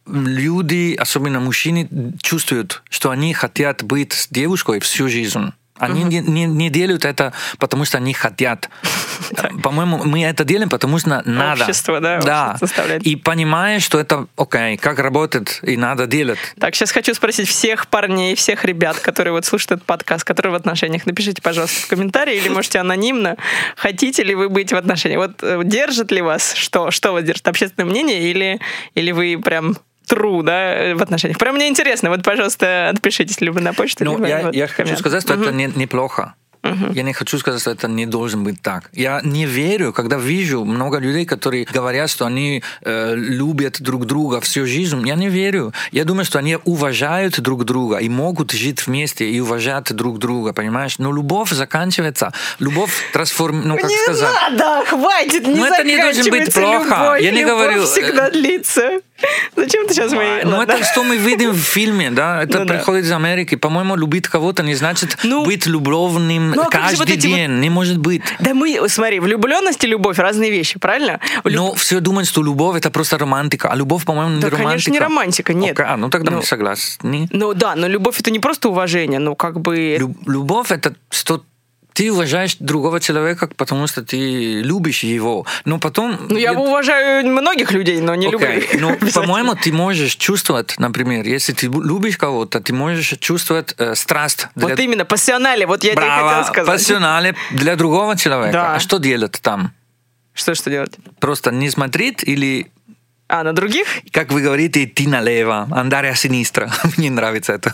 люди, особенно мужчины, чувствуют, что они хотят быть с девушкой всю жизнь. Они не, не, не делают это, потому что они хотят. По-моему, мы это делаем, потому что надо. Общество, да, общество заставляет. И понимаешь, что это окей, как работает, и надо делать. Так, сейчас хочу спросить всех парней, всех ребят, которые вот слушают этот подкаст, которые в отношениях. Напишите, пожалуйста, в комментарии или можете анонимно. Хотите ли вы быть в отношениях? Вот э, держит ли вас? Что, что вас держит? Общественное мнение или, или вы прям true, да, в отношениях? Прям мне интересно. Вот, пожалуйста, отпишитесь либо на почту, Но либо я, вот я в хочу коммент. сказать, что Мгм. это не, неплохо. Я не хочу сказать, что это не должен быть так. Я не верю, когда вижу много людей, которые говорят, что они э, любят друг друга всю жизнь. Я не верю. Я думаю, что они уважают друг друга и могут жить вместе и уважать друг друга, понимаешь? Но любовь заканчивается. Любовь трансформируется, ну, как не сказать... надо, хватит, не Ну, это не должен быть заканчивается плохо. любовь. Я не Любовь говорю, э, всегда длится. Зачем ты сейчас мои... Ну, Ладно. это что мы видим в фильме, да? Это Ну да. приходит из Америки. По-моему, любить кого-то не значит Ну, быть любовным ну, а как же каждый вот эти вот- день. Не может быть. Да мы, смотри, влюбленность и любовь разные вещи, правильно? Люб- Но все думают, что любовь это просто романтика, а любовь, по-моему, не Да, романтика. конечно, не романтика, нет. Окей, а, ну тогда Ну, мы согласны. Ну да, но любовь это не просто уважение, ну как бы... Лю- любовь это что ты уважаешь другого человека, потому что ты любишь его. Но потом... Ну я уважаю многих людей, но не люблю Окей, их. ну, Обязательно. по-моему, ты можешь чувствовать, например, если ты любишь кого-то, ты можешь чувствовать э, страсть. Для... Вот именно, пассионале, вот я тебе Браво, хотела сказать. пассионале для другого человека. Да. А что делать там? Что, что делать? Просто не смотреть или, А, на других? как вы говорите, идти налево, andare a sinistra. Мне нравится это.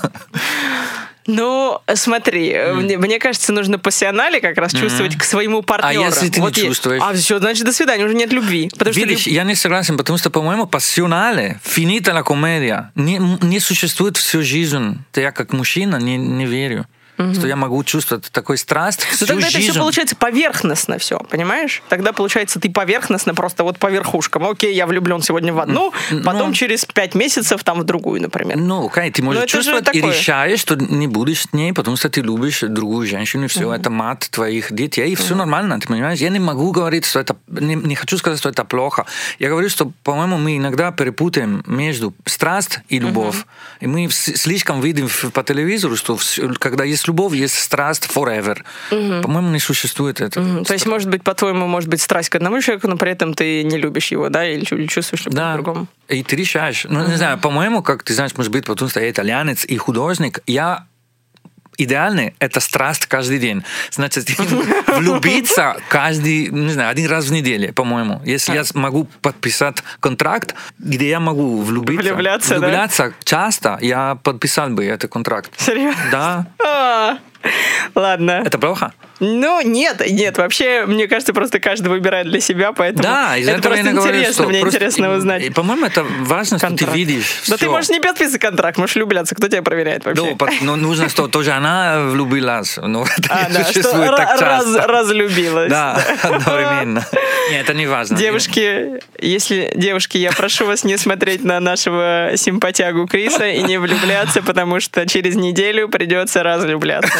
Ну, смотри, мне, мне кажется, нужно пассионале как раз чувствовать к своему партнеру. А если ты не Вот я- чувствуешь? А все, значит, до свидания, уже нет любви. Потому что Видишь, люб- я не согласен, потому что, по-моему, пассионале, finita la комедия, не, не существует всю жизнь. Я как мужчина не, не верю, что я могу чувствовать такой страсть Ну всю тогда это жизнь. все получается поверхностно все, понимаешь? Тогда получается ты поверхностно просто вот по верхушкам. Окей, я влюблен сегодня в одну, потом Ну. через пять месяцев там в другую, например. Ну, окей, ты Ну, можешь это же чувствовать и такое. решаешь, что не будешь с ней, потому что ты любишь другую женщину, и все, это мать твоих детей, и все нормально, ты понимаешь? Я не могу говорить, что это... Не, не хочу сказать, что это плохо. Я говорю, что, по-моему, мы иногда перепутаем между страсть и любовь. И мы с- слишком видим в- по телевизору, что всё- когда есть любовь, есть страсть forever. По-моему, не существует это. Мгм. То есть, может быть, по-твоему, может быть страсть к одному человеку, но при этом ты не любишь его, да, или чу- или чувствуешь любовь к Да, другому. и ты решаешь. Ну, не знаю, по-моему, как ты знаешь, может быть, потому что я итальянец и художник, я идеально это страсть каждый день. Значит, влюбиться каждый, не знаю, один раз в неделю, по-моему. Если я могу подписать контракт, где я могу влюбиться, Влюбляться, да? влюбляться часто, я подписал бы этот контракт. Серьезно? Да. А, Ладно. Это плохо? Ну, нет, нет, вообще, мне кажется, просто каждый выбирает для себя, поэтому Да, из-за это этого я просто не говорю, интересно, что мне просто- интересно узнать. И, по-моему, это важно, что Контракт. ты видишь Да всё. ты можешь не подписывать контракт, можешь влюбляться, кто тебя проверяет вообще? Ну, по- ну, нужно, что тоже она влюбилась. Но это А, не да, что существует так ра- раз- часто. разлюбилась. Да, одновременно. Нет, это не важно. Девушки, если девушки, я прошу вас не смотреть на нашего симпатягу Криса и не влюбляться, потому что через неделю придется разлюбляться.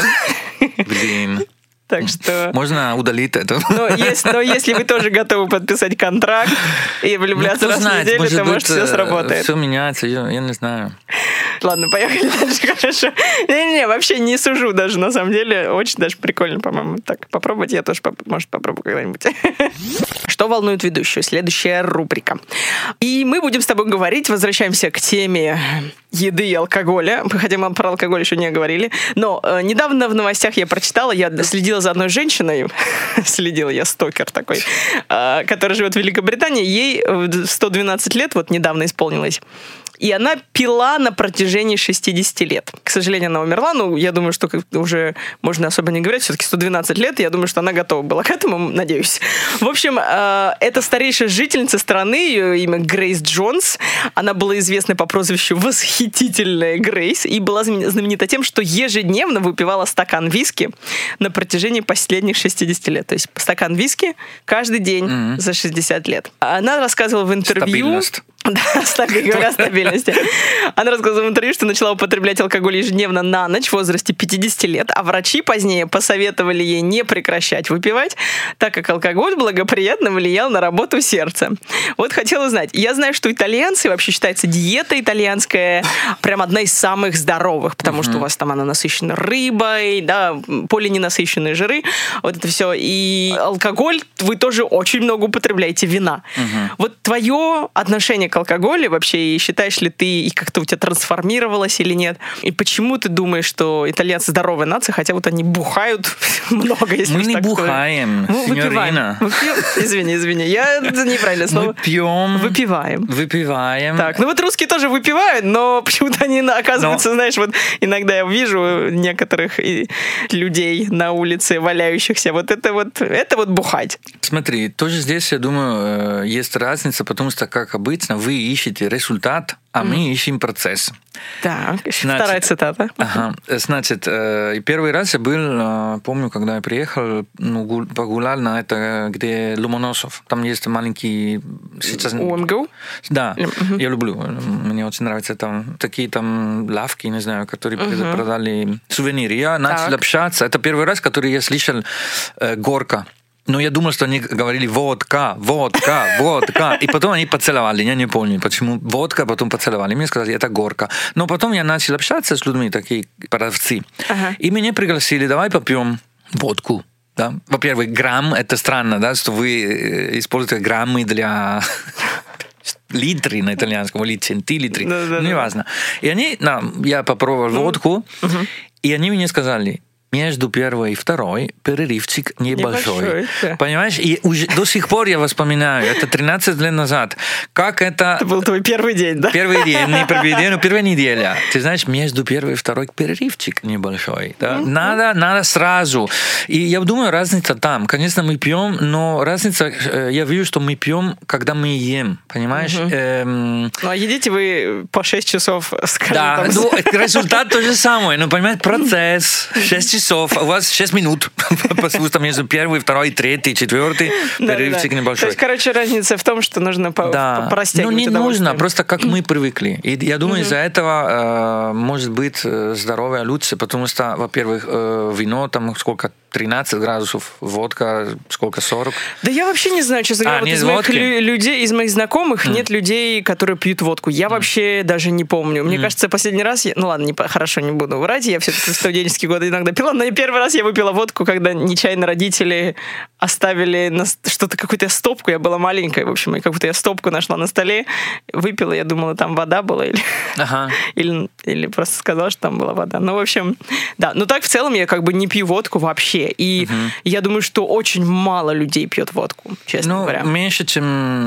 Блин. Так что... Можно удалить это. Но если, но если вы тоже готовы подписать контракт и влюбляться Ну, кто раз знает, в неделю, может то может быть, все сработает. Все меняется, я, я не знаю. Ладно, поехали дальше, хорошо. Не-не-не, вообще не сужу даже, на самом деле. Очень даже прикольно, по-моему. Так, попробовать я тоже, поп- может, попробую когда-нибудь. Что волнует ведущую? Следующая рубрика. И мы будем с тобой говорить, возвращаемся к теме еды и алкоголя, хотя мы про алкоголь еще не говорили, но э, недавно в новостях я прочитала, я следила за одной женщиной, следила, я стокер такой, э, которая живет в Великобритании, ей сто двенадцать лет, вот недавно исполнилось, и она пила на протяжении шестьдесят лет. К сожалению, она умерла, но я думаю, что уже можно особо не говорить, все-таки сто двенадцать лет, и я думаю, что она готова была к этому, надеюсь. В общем, э, это старейшая жительница страны, ее имя Грейс Джонс, она была известна по прозвищу «Восхитительная Грейс» и была знаменита тем, что ежедневно выпивала стакан виски на протяжении последних шестидесяти лет. То есть стакан виски каждый день mm-hmm. за шестьдесят лет. Она рассказывала в интервью... Стабильность. Да, стабильно говоря о стабильности. Она рассказывала в интервью, что начала употреблять алкоголь ежедневно на ночь в возрасте пятидесяти лет, а врачи позднее посоветовали ей не прекращать выпивать, так как алкоголь благоприятно влиял на работу сердца. Вот хотела узнать. Я знаю, что итальянцы, вообще считается диета итальянская прям одна из самых здоровых, потому uh-huh. что у вас там она насыщена рыбой, да, полиненасыщенные жиры, вот это все. И алкоголь вы тоже очень много употребляете, вина. Uh-huh. Вот твое отношение к алкоголю вообще, и считаешь ли ты, и как-то у тебя трансформировалось или нет? И почему ты думаешь, что итальянцы здоровая нация, хотя вот они бухают много, если Мы уж не так бухаем, сказать. синьорина. Извини, извини, я неправильное слово. Мы пьем. Выпиваем. Выпиваем. Так, ну вот русские тоже выпивают, но почему-то они, оказывается, но... знаешь, вот иногда я вижу некоторых людей на улице, валяющихся, вот это вот, это вот бухать. Смотри, тоже здесь, я думаю, есть разница, потому что, как обычно, вы ищете результат, а mm. мы ищем процесс. Так, значит, вторая цитата. Ага, значит, э, первый раз я был, э, помню, когда я приехал, ну, гуль, погулял на это, где Ломоносов. Там есть маленький... Сейчас... о эм гэ? Да, mm-hmm. я люблю. Мне очень нравятся там такие там лавки, не знаю, которые mm-hmm. продали сувениры. Я начал так. общаться. Это первый раз, который я слышал э, горка. Но я думал, что они говорили водка, водка, водка. И потом они поцеловали. Я не помню, почему водка, потом поцеловали. Мне сказали, это горка. Но потом я начал общаться с людьми, такие продавцы. Ага. И меня пригласили, давай попьем водку. Да? Во-первых, грамм, это странно, да, что вы используете граммы для... литры на итальянском, или центилитры, да, да, неважно. И они, да, я попробовал ну, водку, угу. и они мне сказали... Между первой и второй перерывчик небольшой. небольшой да. Понимаешь? И уже до сих пор я вспоминаю, это тринадцать лет назад, как это... Это был твой первый день, да? Первый день, не первый день, но первая неделя. Ты знаешь, между первой и второй перерывчик небольшой. Да? Mm-hmm. Надо, надо сразу. И я думаю, разница там. Конечно, мы пьем, но разница, я вижу, что мы пьем, когда мы ем. Понимаешь? Mm-hmm. Эм... Ну, а едите вы по шесть часов, скажем да, так. Ну, результат то же самое. Но, понимаешь, процесс. шесть часов. У вас шесть минут. Потому что между первой, второй, третий, четвертый перерывчик небольшой. То есть, короче, разница в том, что нужно да. простягивать. Ну, не нужно, просто как мы привыкли. И я думаю, из-за этого может быть здоровье лучше, потому что, во-первых, вино там сколько, тринадцать градусов, водка сколько, сорок. Да я вообще не знаю, честно говоря, а, вот из, моих лю- людей, из моих знакомых mm. нет людей, которые пьют водку. Я mm. вообще даже не помню. Мне mm. кажется, последний раз, я, ну ладно, не, хорошо, не буду врать, я все-таки в студенческие годы иногда пила, но первый раз я выпила водку, когда нечаянно родители оставили на что-то, какую-то стопку, я была маленькая, в общем, и какую-то я стопку нашла на столе, выпила, я думала, там вода была, или, ага. или, или просто сказала, что там была вода. Ну, в общем, да. Но так в целом я как бы не пью водку вообще. И угу. я думаю, что очень мало людей пьет водку, честно ну, говоря. Меньше, чем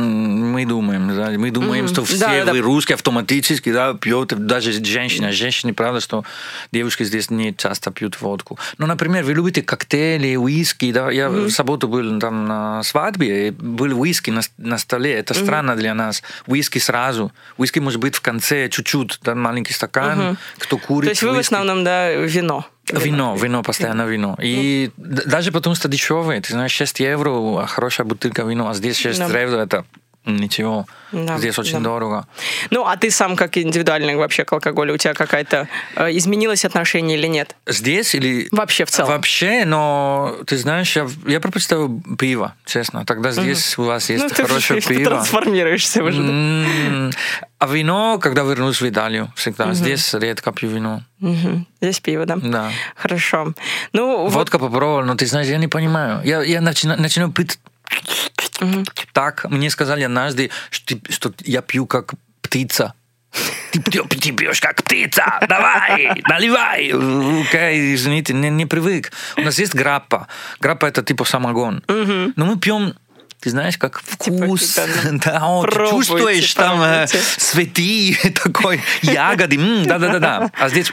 мы думаем. Да? Мы думаем, угу. что все да, вы да. русские автоматически да, пьют, даже женщины. Женщины, правда, что девушки здесь не часто пьют водку. Ну, например, вы любите коктейли, уиски. Да? Я угу. в субботу был там на свадьбе, и был уиски на, на столе. Это угу. странно для нас. Уиски сразу. Уиски может быть в конце чуть-чуть, да, маленький стакан, угу. кто курит. То есть вы уиски. В основном, да, вино? Вино, вино, вино постоянно вино. И mm. даже потому что дешевое. Ты знаешь, шесть евро, хорошая бутылка вина, а здесь шесть да. евро, это ничего. Да, здесь очень да. дорого. Ну, а ты сам как индивидуальный вообще к алкоголю? У тебя какая-то э, изменилось отношение или нет? Здесь или... Вообще в целом? Вообще, но ты знаешь, я, я предпочитаю пиво, честно. Тогда здесь угу. у вас есть ну, хорошее ты, пиво. Ты трансформируешься уже. Mm-hmm. А вино, когда вернусь в Италию, всегда. Угу. Здесь редко пью вино. Угу. Здесь пиво, да? Да. Хорошо. Ну, Водка вот... попробовал, но ты знаешь, я не понимаю. Я, я начинаю, начинаю пить... Mm-hmm. Так, мне сказали однажды, что, что я пью как птица. Ты, ты пьешь как птица, давай, наливай. Окей, извините, не, не привык. У нас есть граппа. Граппа это типа самогон. Угу. Но мы пьем, ты знаешь, как вкус. Типа, да, о, ты чувствуешь там э, цветы, такой, ягоды. Да-да-да. А здесь...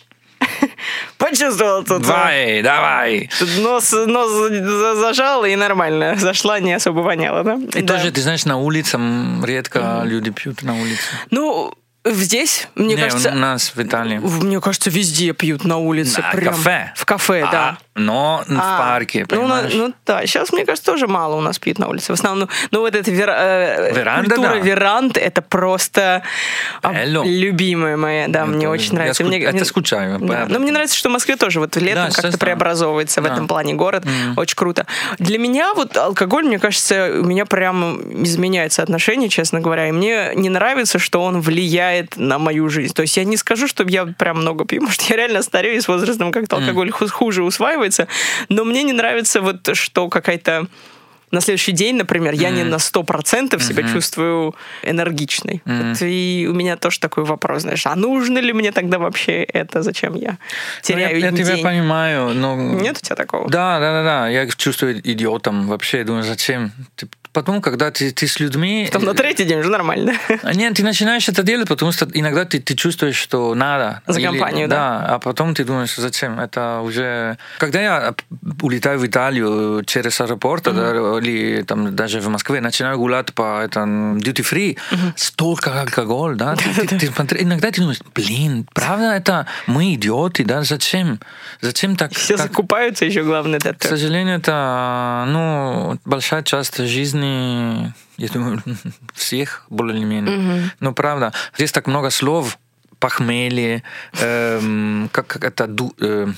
Почувствовал тут. Давай, давай. Нос, нос зажал и нормально. Зашла, не особо воняло, да? И да. тоже, ты знаешь, на улице редко mm-hmm. люди пьют на улице. Ну, здесь, мне Не, кажется... у нас в Италии. Мне кажется, везде пьют на улице. На прям. кафе. В кафе, а, да. Но а, в парке, понимаешь? Ну, ну да, сейчас, мне кажется, тоже мало у нас пьют на улице. В основном, ну вот эта вер, э, Веранда, культура да. веранд, это просто Hello. любимая моя. Да, это, мне очень нравится. Я мне, это мне, скучаю. Да. Но мне нравится, что в Москве тоже вот летом да, как-то преобразовывается да. в этом плане город. Mm. Очень круто. Для меня вот алкоголь, мне кажется, у меня прям изменяется отношение, честно говоря. И мне не нравится, что он влияет на мою жизнь. То есть я не скажу, что я прям много пью, потому что я реально старею, и с возрастом как-то алкоголь mm. хуже усваивается. Но мне не нравится вот, что какая-то... На следующий день, например, mm. я не на сто процентов себя mm-hmm. чувствую энергичной. Mm. Вот, и у меня тоже такой вопрос, знаешь, а нужно ли мне тогда вообще это? Зачем я теряю ну, я, день? Я тебя понимаю, но... Нет у тебя такого? Да, да, да, да. Я чувствую идиотом вообще. Думаю, зачем? Потом, когда ты, ты с людьми... Потом на третий день уже нормально. Нет, ты начинаешь это делать, потому что иногда ты, ты чувствуешь, что надо. За или, компанию, да. Да, а потом ты думаешь, зачем? Это уже... Когда я улетаю в Италию через аэропорт, mm-hmm. да, или там, даже в Москве, начинаю гулять по этом duty-free, mm-hmm. столько алкоголя, да? ты, ты, ты смотри, иногда ты думаешь, блин, правда это мы идиоты, да? Зачем? Зачем так? Все так? закупаются еще, главное. Это. К сожалению, это ну, большая часть жизни я думаю, всех более-менее. Mm-hmm. Ну, правда, здесь так много слов, похмелье, эм, как, как это, ду, э,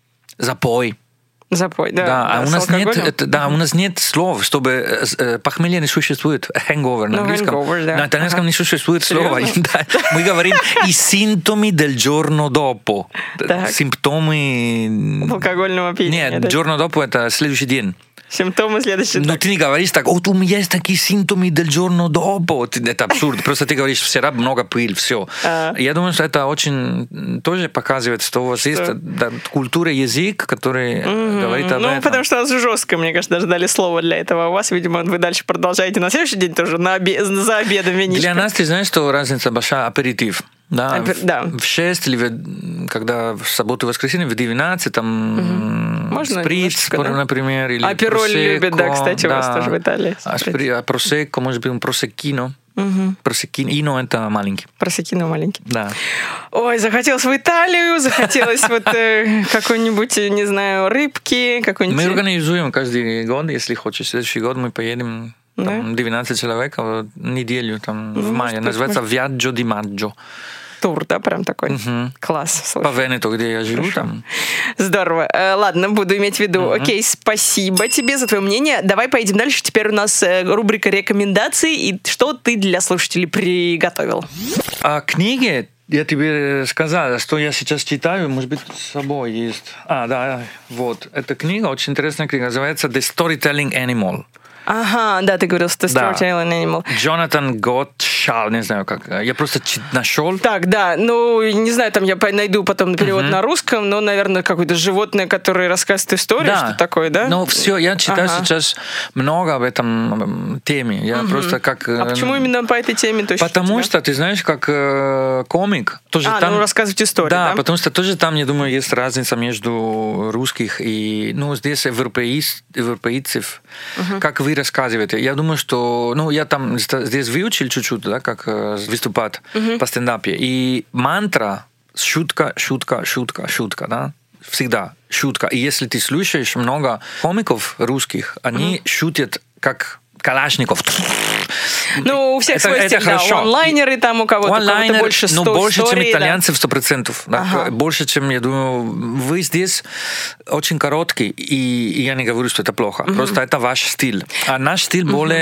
запой. Запой, да. Да, а да, у нас нет, это, да, у нас нет слов, чтобы э, похмелье не существует. Hangover на английском. No, hangover, да. На итальянском ага. не существует слова. Да. Мы говорим и симптомы del giorno dopo. Так. Симптомы... алкогольного опьянения. Нет, да? giorno dopo это следующий день. Симптомы следующие. Но ты не говоришь так, вот у меня есть такие симптомы del giorno dopo. Это абсурд. Просто ты говоришь, вчера много пыль, все. А. Я думаю, что это очень тоже показывает, что у вас что? есть да, культура, язык, который mm-hmm. говорит об ну, этом. Ну, потому что у нас жестко, мне кажется, даже дали слово для этого. У вас, видимо, вы дальше продолжаете на следующий день тоже на обед, за обедом винишко. Для нас, ты знаешь, что разница большая, аперитив. Да, Апер... да. В шесть или в, когда в субботу и воскресенье в двенадцать там угу. Можно сприц, да? например, или апероль любят, да, кстати, да. у вас тоже в Италии. А, спри... а просекко, может быть, просеккино. Угу. Просеккино это маленький. Просеккино маленький. Да. Ой, захотелось в Италию, захотелось вот какой-нибудь, не знаю, рыбки, какой-нибудь... Мы организуем каждый год, если хочешь. Следующий год мы поедем... Там да? двенадцать человек в неделю там, ну, в мае. Называется Viaggio di Maggio. Тур, да, прям такой. Uh-huh. Класс. Слушай. По Венету, где я живу. Там. Здорово. Э, ладно, буду иметь в виду. Uh-huh. Окей, спасибо тебе за твое мнение. Давай поедем дальше. Теперь у нас рубрика рекомендаций. И что ты для слушателей приготовил? А книги... Я тебе сказал, что я сейчас читаю, может быть, с собой есть. А, да, вот. Эта книга, очень интересная книга, называется The Storytelling Animal. Ага, да, ты говорил, что Storytelling Animal. Джонатан Готшал, не знаю как. Я просто нашел. Так, да, ну, не знаю, там я найду потом перевод uh-huh. на русском, но, наверное, какое-то животное, которое рассказывает историю, да. что такое, да? Ну, все, я читаю ага. сейчас много об этом теме. Я uh-huh. просто как... А почему именно по этой теме? То потому что, ты знаешь, как э, комик... Тоже а, там, ну, рассказывать историю, да, да? потому что тоже там, я думаю, есть разница между русских и... Ну, здесь европейц, европейцев. Uh-huh. Как вы рассказываете. Я думаю, что... Ну, я там здесь выучил чуть-чуть, да, как выступать uh-huh. по стендапе. И мантра шутка, шутка, шутка, шутка, да? Всегда шутка. И если ты слушаешь много комиков русских, они uh-huh. шутят как Калашников. Ну, у всех это, свой это стиль, да. Онлайнеры там у кого-то, у кого-то больше сто но больше, историй, чем итальянцы, в сто процентов. Да. Ага. Больше, чем, я думаю, вы здесь очень короткий, и, и я не говорю, что это плохо. Uh-huh. Просто это ваш стиль. А наш стиль uh-huh. более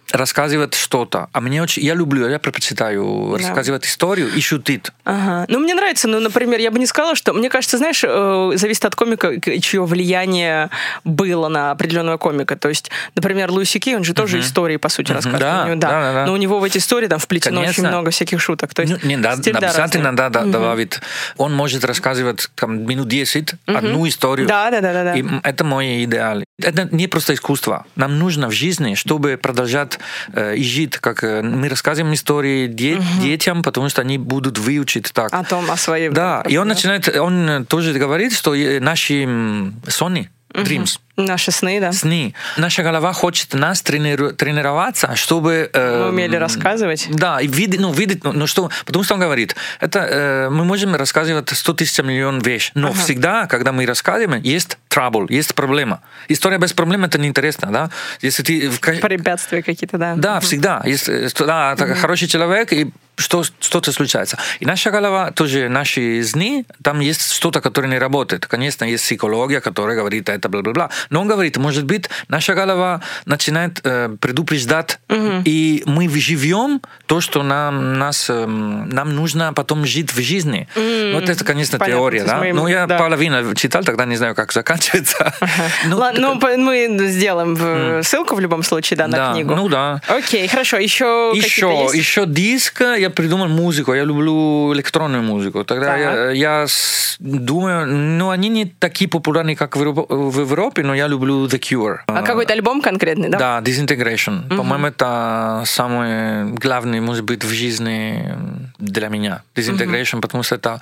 рассказывать что-то. А мне очень... Я люблю, я предпочитаю да. рассказывать историю и шутить. Ага. Ну, мне нравится, ну, например, я бы не сказала, что... Мне кажется, знаешь, зависит от комика, чье влияние было на определенного комика. То есть, например, Луи Си Кей, он же uh-huh. тоже истории, по сути, uh-huh. рассказывает. Да, него, да. Да, да, да. Но у него в эти истории там вплетено Конечно. Очень много всяких шуток. То есть, ну, не, да, обязательно да, да, uh-huh. добавить. Он может рассказывать там, минут десять uh-huh. одну историю. Да, да, да, да, да. И это мой идеал. Это не просто искусство. Нам нужно в жизни, чтобы продолжать э, жить, как э, мы рассказываем истории де- uh-huh. детям, потому что они будут выучить так. О том, о своей... Да, и он начинает, он тоже говорит, что наши сны, dreams, Наши сны, да. Сны. Наша голова хочет нас трениру- тренироваться, чтобы... Э, мы умели рассказывать. Да, и видеть, ну, видеть, ну, ну что, потому что он говорит, это э, мы можем рассказывать сто тысяч миллион вещей, но ага. всегда, когда мы рассказываем, есть trouble, есть проблема. История без проблем это неинтересно, да? Если ты... Препятствия какие-то, да. Да, угу. всегда. Если, да, угу. хороший человек, и что, что-то случается. И наша голова, тоже наши сны, там есть что-то, которое не работает. Конечно, есть психология, которая говорит это, бла-бла-бла. Но он говорит, может быть, наша голова начинает э, предупреждать, угу. и мы живем то, что нам, нас, э, нам нужно потом жить в жизни. Mm. Вот это, конечно, Понятно, теория. Да? Моим... Ну, я да. половину читал, тогда не знаю, как заканчивается. Ага. Ну, Ладно, так... ну, мы сделаем mm. ссылку в любом случае да, на да, книгу. Ну да. Окей, хорошо. Еще, еще, есть? еще диск. Я придумал музыку. Я люблю электронную музыку. Тогда я, я думаю, ну, они не такие популярны, как в Европе, но я люблю The Cure. А какой-то альбом конкретный, да? Да, Disintegration. Mm-hmm. По-моему, это самое главное, может быть, в жизни для меня. Disintegration, mm-hmm. потому что это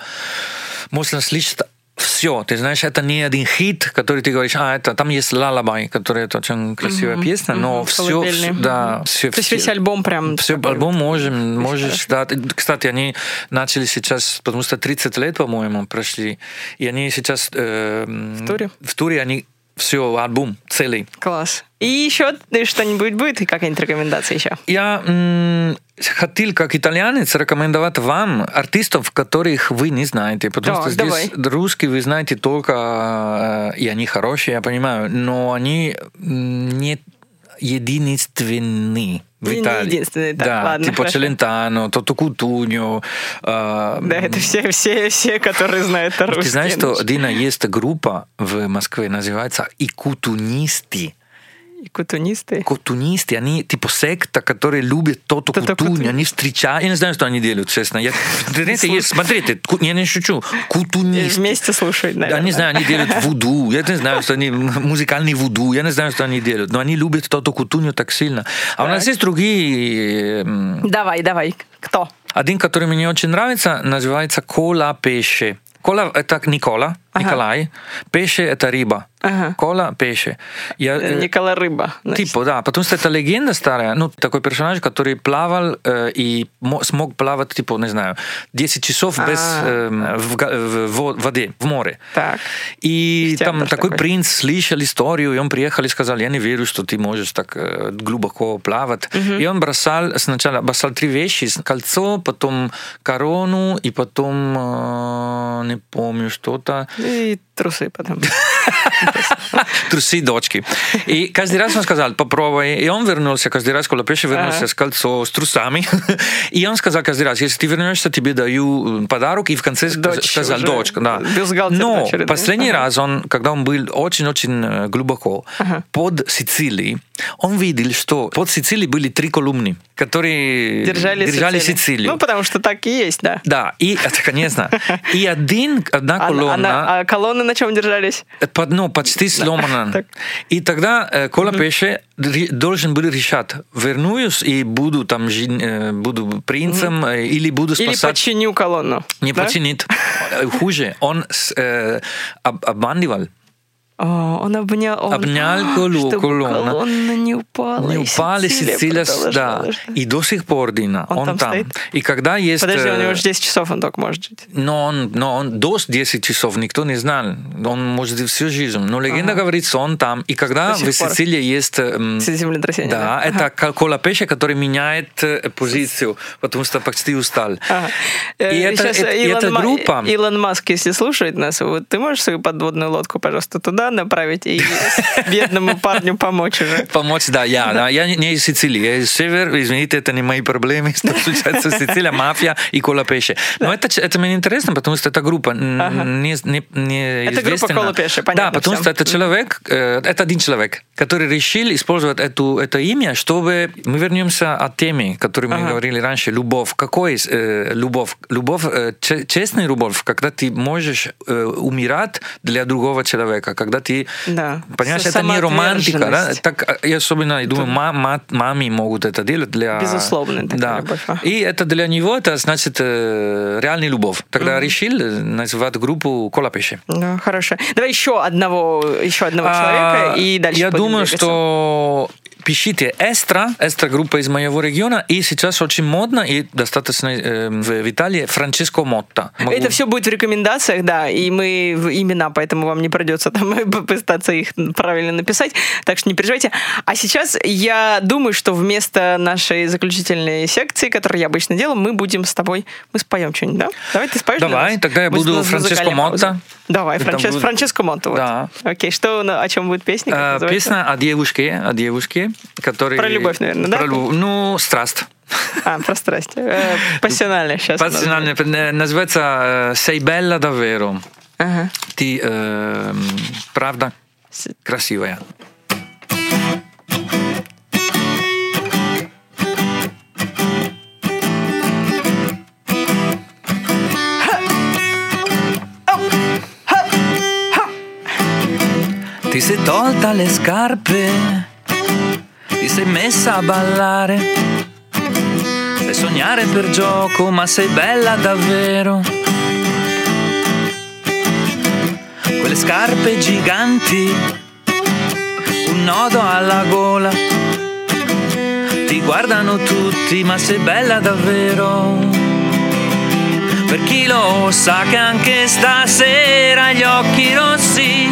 можно слышать все. Ты знаешь, это не один хит, который ты говоришь, а, это там есть Lullaby, который это очень красивая mm-hmm. песня, но mm-hmm. все, все, да, все, то есть весь альбом прям... Все, альбом можем, можешь, да. Кстати, они начали сейчас, потому что тридцать лет, по-моему, прошли, и они сейчас... Э, в туре? В туре они все, альбом целый. Класс. И еще что-нибудь будет? И какая-нибудь рекомендация еще? Я м- хотел, как итальянец, рекомендовать вам артистов, которых вы не знаете. Потому О, что давай. здесь русские вы знаете только... И они хорошие, я понимаю, но они не единственные. В Италии. Не единственный, так, да, ладно, типа хорошо. Челентано, Тото Кутуньо. Э, да, это все, все, все, которые знают русский. Ты знаешь, что, Дина, есть группа в Москве, называется «Икутунисты». Кутунисты? Кутунисты, они типа секта, которые любят Тото Кутуньо, они встречают, я не знаю, что они делают, честно. Я, есть, смотрите, я не шучу, кутунисты. Вместе слушают, наверное. Я не знаю, они делают вуду, я не знаю, что они, музыкальный вуду, я не знаю, что они делают, но они любят Тото Кутуньо так сильно. А так. У нас есть другие... Давай, давай, кто? Один, который мне очень нравится, называется «Кола Пеше». Кола – это Никола, ага. Николай. Пеше – это рыба. Ага. Кола, пеше. Я, Никола рыба. Значит. Типа, да, потому что это легенда старая. Ну, такой персонаж, который плавал э, и смог плавать, типа, не знаю, десять часов без, э, в, в, в воде, в море. Так. И Стеатр там такой такой принц слышал историю, и он приехал и сказал, я не верю, что ты можешь так э, глубоко плавать. Угу. И он бросал, сначала бросал три вещи, кольцо, потом корону, и потом, э, не помню, что-то. И трусы потом. Трусы дочки. И каждый раз он сказал, попробуй. И он вернулся каждый раз, Кола Пеше вернулся с кольцо, с трусами. И он сказал каждый раз, если ты вернешься, тебе даю подарок. И в конце Дочь сказал, уже. Дочка. Да. Но последний ага. раз, он, когда он был очень-очень глубоко ага. под Сицилией, он видел, что под Сицилией были три колумны, которые держали, держали Сицилию. Сицилию. Ну, потому что так и есть, да. Да, и это, конечно. И один, одна колонна... А, а колонны на чем держались? Под, ну, почти сломана. И тогда э, Кола Пеше должен был решать, вернусь и буду там э, буду принцем э, или буду спасать... Или починю колонну. Не да? починит. Хуже. Он э, об, обманывал. О, он обнял, он, обнял колу, колонну. Колонна не упала. Не упала, Сицилия, да. И до сих пор, Дина, он, он там. там. И когда есть... Подожди, у него уже десять часов он только может жить. Но он, но он до десяти часов никто не знал. Он может всю жизнь. Но легенда ага. говорит, что он там. И когда в Сицилии есть... Землетрясение. Да, да. это ага. Кола Пеше, который меняет позицию, потому что почти устал. Ага. И это, это, Илон, эта группа... Илон Маск, если слушает нас, вот, ты можешь свою подводную лодку, пожалуйста, туда направить и бедному парню помочь уже. Помочь, да, я. Да, я не из Сицилии, я из севера, извините, это не мои проблемы, что случается в Сицилии, мафия и колопеше. Но это, это мне интересно, потому что эта группа Ага. не, не, не Это группа известна. колопеше, понятно. Да, потому всем. что это человек, э, это один человек, который решил использовать эту, это имя, чтобы мы вернемся от темы, о которой мы Ага. говорили раньше, любовь. Какой э, любовь? Любовь, э, ч- честная любовь, когда ты можешь э, умирать для другого человека, когда ты, Да. понимаешь, Со- это не романтика, да? самоотверженность. Так, я особенно, я думаю, ма- ма- мамы могут это делать для... Безусловно, такая да. любовь, ага. И это для него, это значит э, реальная любовь. Тогда решил назвать группу «Колопеше». Ну, хорошо. Давай еще одного, еще одного А, человека и дальше Я будем думаю, двигаться. что пишите «Эстра», «Эстра» группа из моего региона, и сейчас очень модно и достаточно э, в, в Италии Франческо Мотта. Могу- Это все будет в рекомендациях, да, и мы в имена, поэтому вам не придется там пытаться их правильно написать, так что не переживайте. А сейчас я думаю, что вместо нашей заключительной секции, которую я обычно делаю, мы будем с тобой, мы споем что-нибудь, да? Давай ты споешь для Давай, нас? тогда я Будет буду у нас Франческо музыкальная Мотта. пауза. Давай, Это Франчес- будет- Франческо Мотта. Вот. Да. Окей, что, на- о чем будет песня? Как Э, называется? Песня о девушке, о девушке, которая... Про любовь, наверное, да? Про любовь. Ну, страсть. А, про страсть. Э, Пассионально сейчас. Пассионально. Э, Называется э, «Sei bella davvero». Ага. Ты, э, правда, красивая. Ti sei tolta le scarpe, ti sei messa a ballare, sai sognare per gioco, ma sei bella davvero. Quelle scarpe giganti, un nodo alla gola, ti guardano tutti, ma sei bella davvero. Per chi lo sa che anche stasera gli occhi rossi,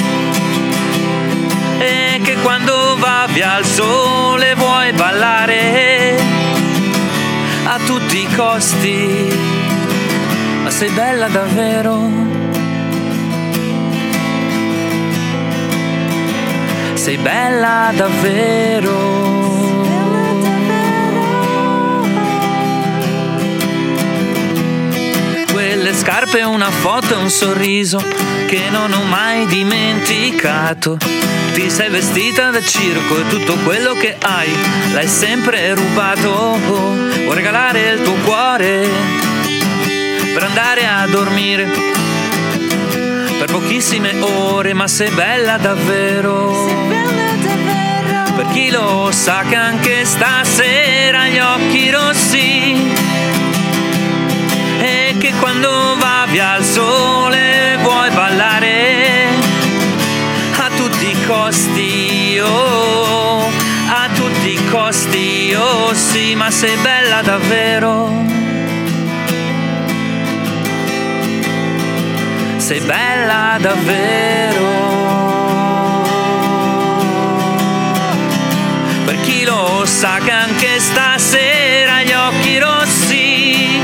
e che quando va via il sole vuoi ballare a tutti i costi, ma sei bella davvero. Sei bella davvero. Quelle scarpe, una foto e un sorriso che non ho mai dimenticato. Ti sei vestita da circo e tutto quello che hai l'hai sempre rubato. Vuoi regalare il tuo cuore per andare a dormire per pochissime ore, ma sei bella davvero. Per chi lo sa che anche stasera gli occhi rossi, e che quando va via il sole vuoi ballare a tutti i costi, oh, a tutti i costi, oh sì, ma sei bella davvero. Sei bella davvero. Per chi lo sa che anche stasera gli occhi rossi,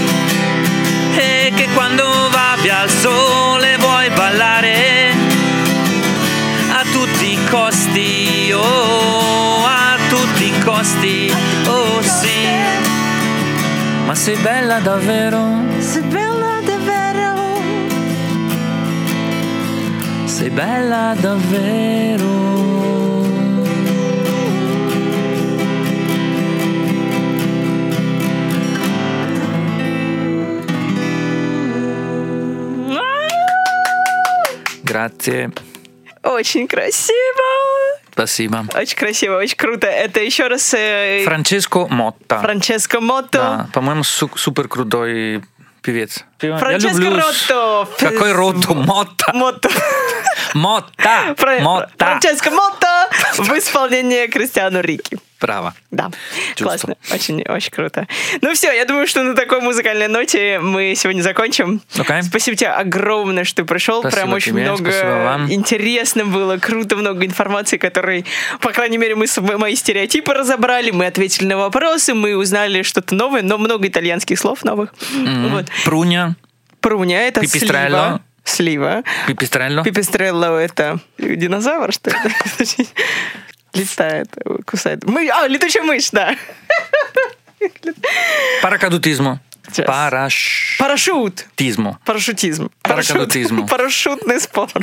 e che quando va via il sole vuoi ballare a tutti i costi, oh, a tutti i costi, oh sì, ma sei bella davvero. Sei bella davvero. Sei bella davvero. Grazie. Очень красиво. Спасибо. Очень красиво, очень круто. Это еще раз э, Франческо Мотта. Франческо Мотто. Да, по-моему, су- супер крутой певец. Франческо Я люблю... Ротто. Какой Ротто? Мотта. Мотто. Мотта. Фра- Мотта. Франческо Мотто в исполнении Кристиано Рикки. Право. Да, Чувство. классно, очень, очень круто. Ну все, я думаю, что на такой музыкальной ноте мы сегодня закончим. Окей. Спасибо тебе огромное, что ты пришел. Спасибо Прям очень тебе, много спасибо вам. интересно было, круто, много информации, которой, по крайней мере, мы с- мои стереотипы разобрали, мы ответили на вопросы, мы узнали что-то новое, но много итальянских слов новых. Вот. Пруня. Пруня — это Пипистрелло. слива. слива. Пипистрелло. Пипистрелло — это динозавр, что ли? Летает, кусает. Мы... А, летучая мышь, да. Паракадутизмо. Сейчас. Параш... Парашют. Тизмо. Парашютизм. Паракадутизм. Парашютный спорт.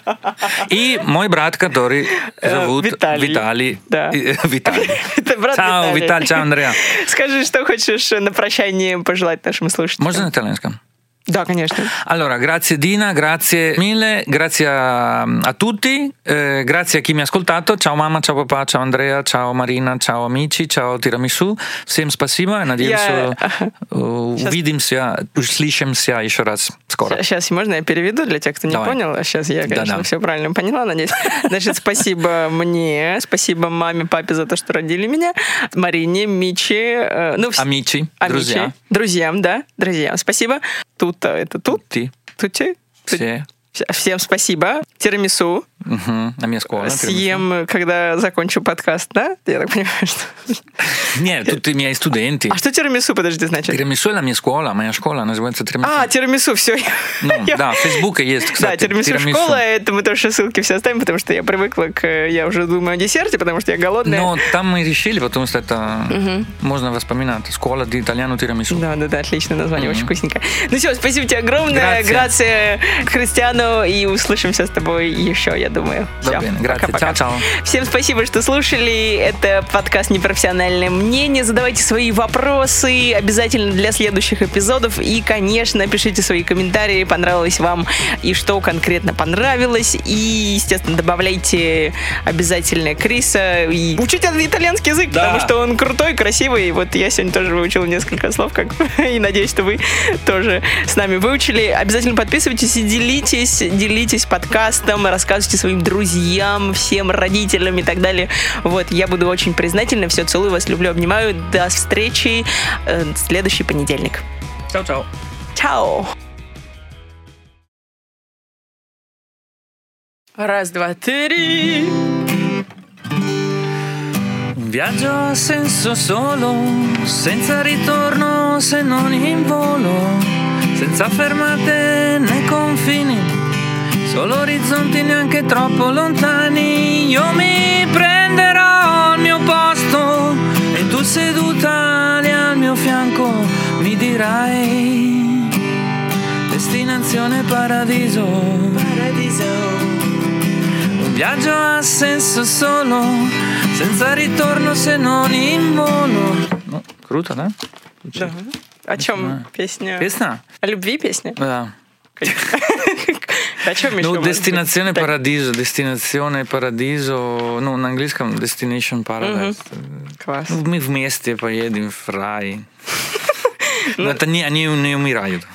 И мой брат, который зовут Виталий. Виталий. Да. Виталий. Это брат Чао, Виталий. Виталий, чао, Андреа. Скажи, что хочешь на прощание пожелать нашим слушателям. Можно на итальянском? Да, конечно. Allora, grazie Dina, grazie mille, grazie a, a tutti, eh, grazie a chi mi ha ascoltato. Ciao mamma, ciao papà, ciao Andrea, ciao Marina, ciao amici, ciao Tiramisu. Всем спасибо, надеюсь, Я... увидимся, услышимся еще раз скоро. Сейчас, можно я переведу для тех, кто не Давай. понял? А сейчас я, конечно, Да-да. все правильно поняла, надеюсь. Значит, спасибо мне, спасибо маме, папе за то, что родили меня, Марине, Мичи, э, ну, вс- Amici, Амичи, друзья. друзьям, да, друзьям. Спасибо. Тут это тут. Tutti, Тути. все. Всем спасибо. Тирамису. Угу. На школа. Съем, когда закончу подкаст, да? Я так понимаю, что... Нет, тут i miei studenti. А что тирамису, подожди, значит? Тирамису è la mia scuola, моя школа называется Тирамису. А, тирамису, все. Ну, да, в Фейсбуке есть, кстати. Да, тирамису школа, это мы тоже ссылки все оставим, потому что я привыкла к... Я уже думаю о десерте, потому что я голодная. Но там мы решили, потому что это угу. можно воспоминать. Школа di italiano Тирамису. Да, да, да, отличное название, угу. очень вкусненько. Ну все, спасибо тебе огромное. Грация. Грация Христиану, и услышимся с тобой еще, я думаю. Все, пока-пока. Чао. Всем спасибо, что слушали. Это подкаст «Непрофессиональное мнение». Задавайте свои вопросы обязательно для следующих эпизодов. И, конечно, пишите свои комментарии, понравилось вам и что конкретно понравилось. И, естественно, добавляйте обязательно Криса. И учите итальянский язык, да. потому что он крутой, красивый. Вот я сегодня тоже выучил несколько слов, как и надеюсь, что вы тоже с нами выучили. Обязательно подписывайтесь и делитесь, делитесь подкастом, рассказывайте своим друзьям, всем родителям и так далее. Вот, я буду очень признательна. Все, целую вас, люблю, обнимаю. До встречи э, в следующий понедельник. Чао-чао. Чао. Раз, два, три. Un viaggio ha senso solo, senza ritorno se non in volo, senza fermate né confini, solo orizzonti neanche troppo lontani. Io mi prenderò il mio posto e tu seduta lì al mio fianco mi dirai destinazione paradiso. Paradiso. Un viaggio ha senso solo, senza ritorno se non in volo. Ну, круто, да? Да. О чем песня? Песня? О любви песня? Да. О чем еще? Ну, Destinazione Paradiso, Destinazione Paradiso, ну, на английском Destination Paradise. Класс. Мы вместе поедем в рай. Но это не, они не умирают.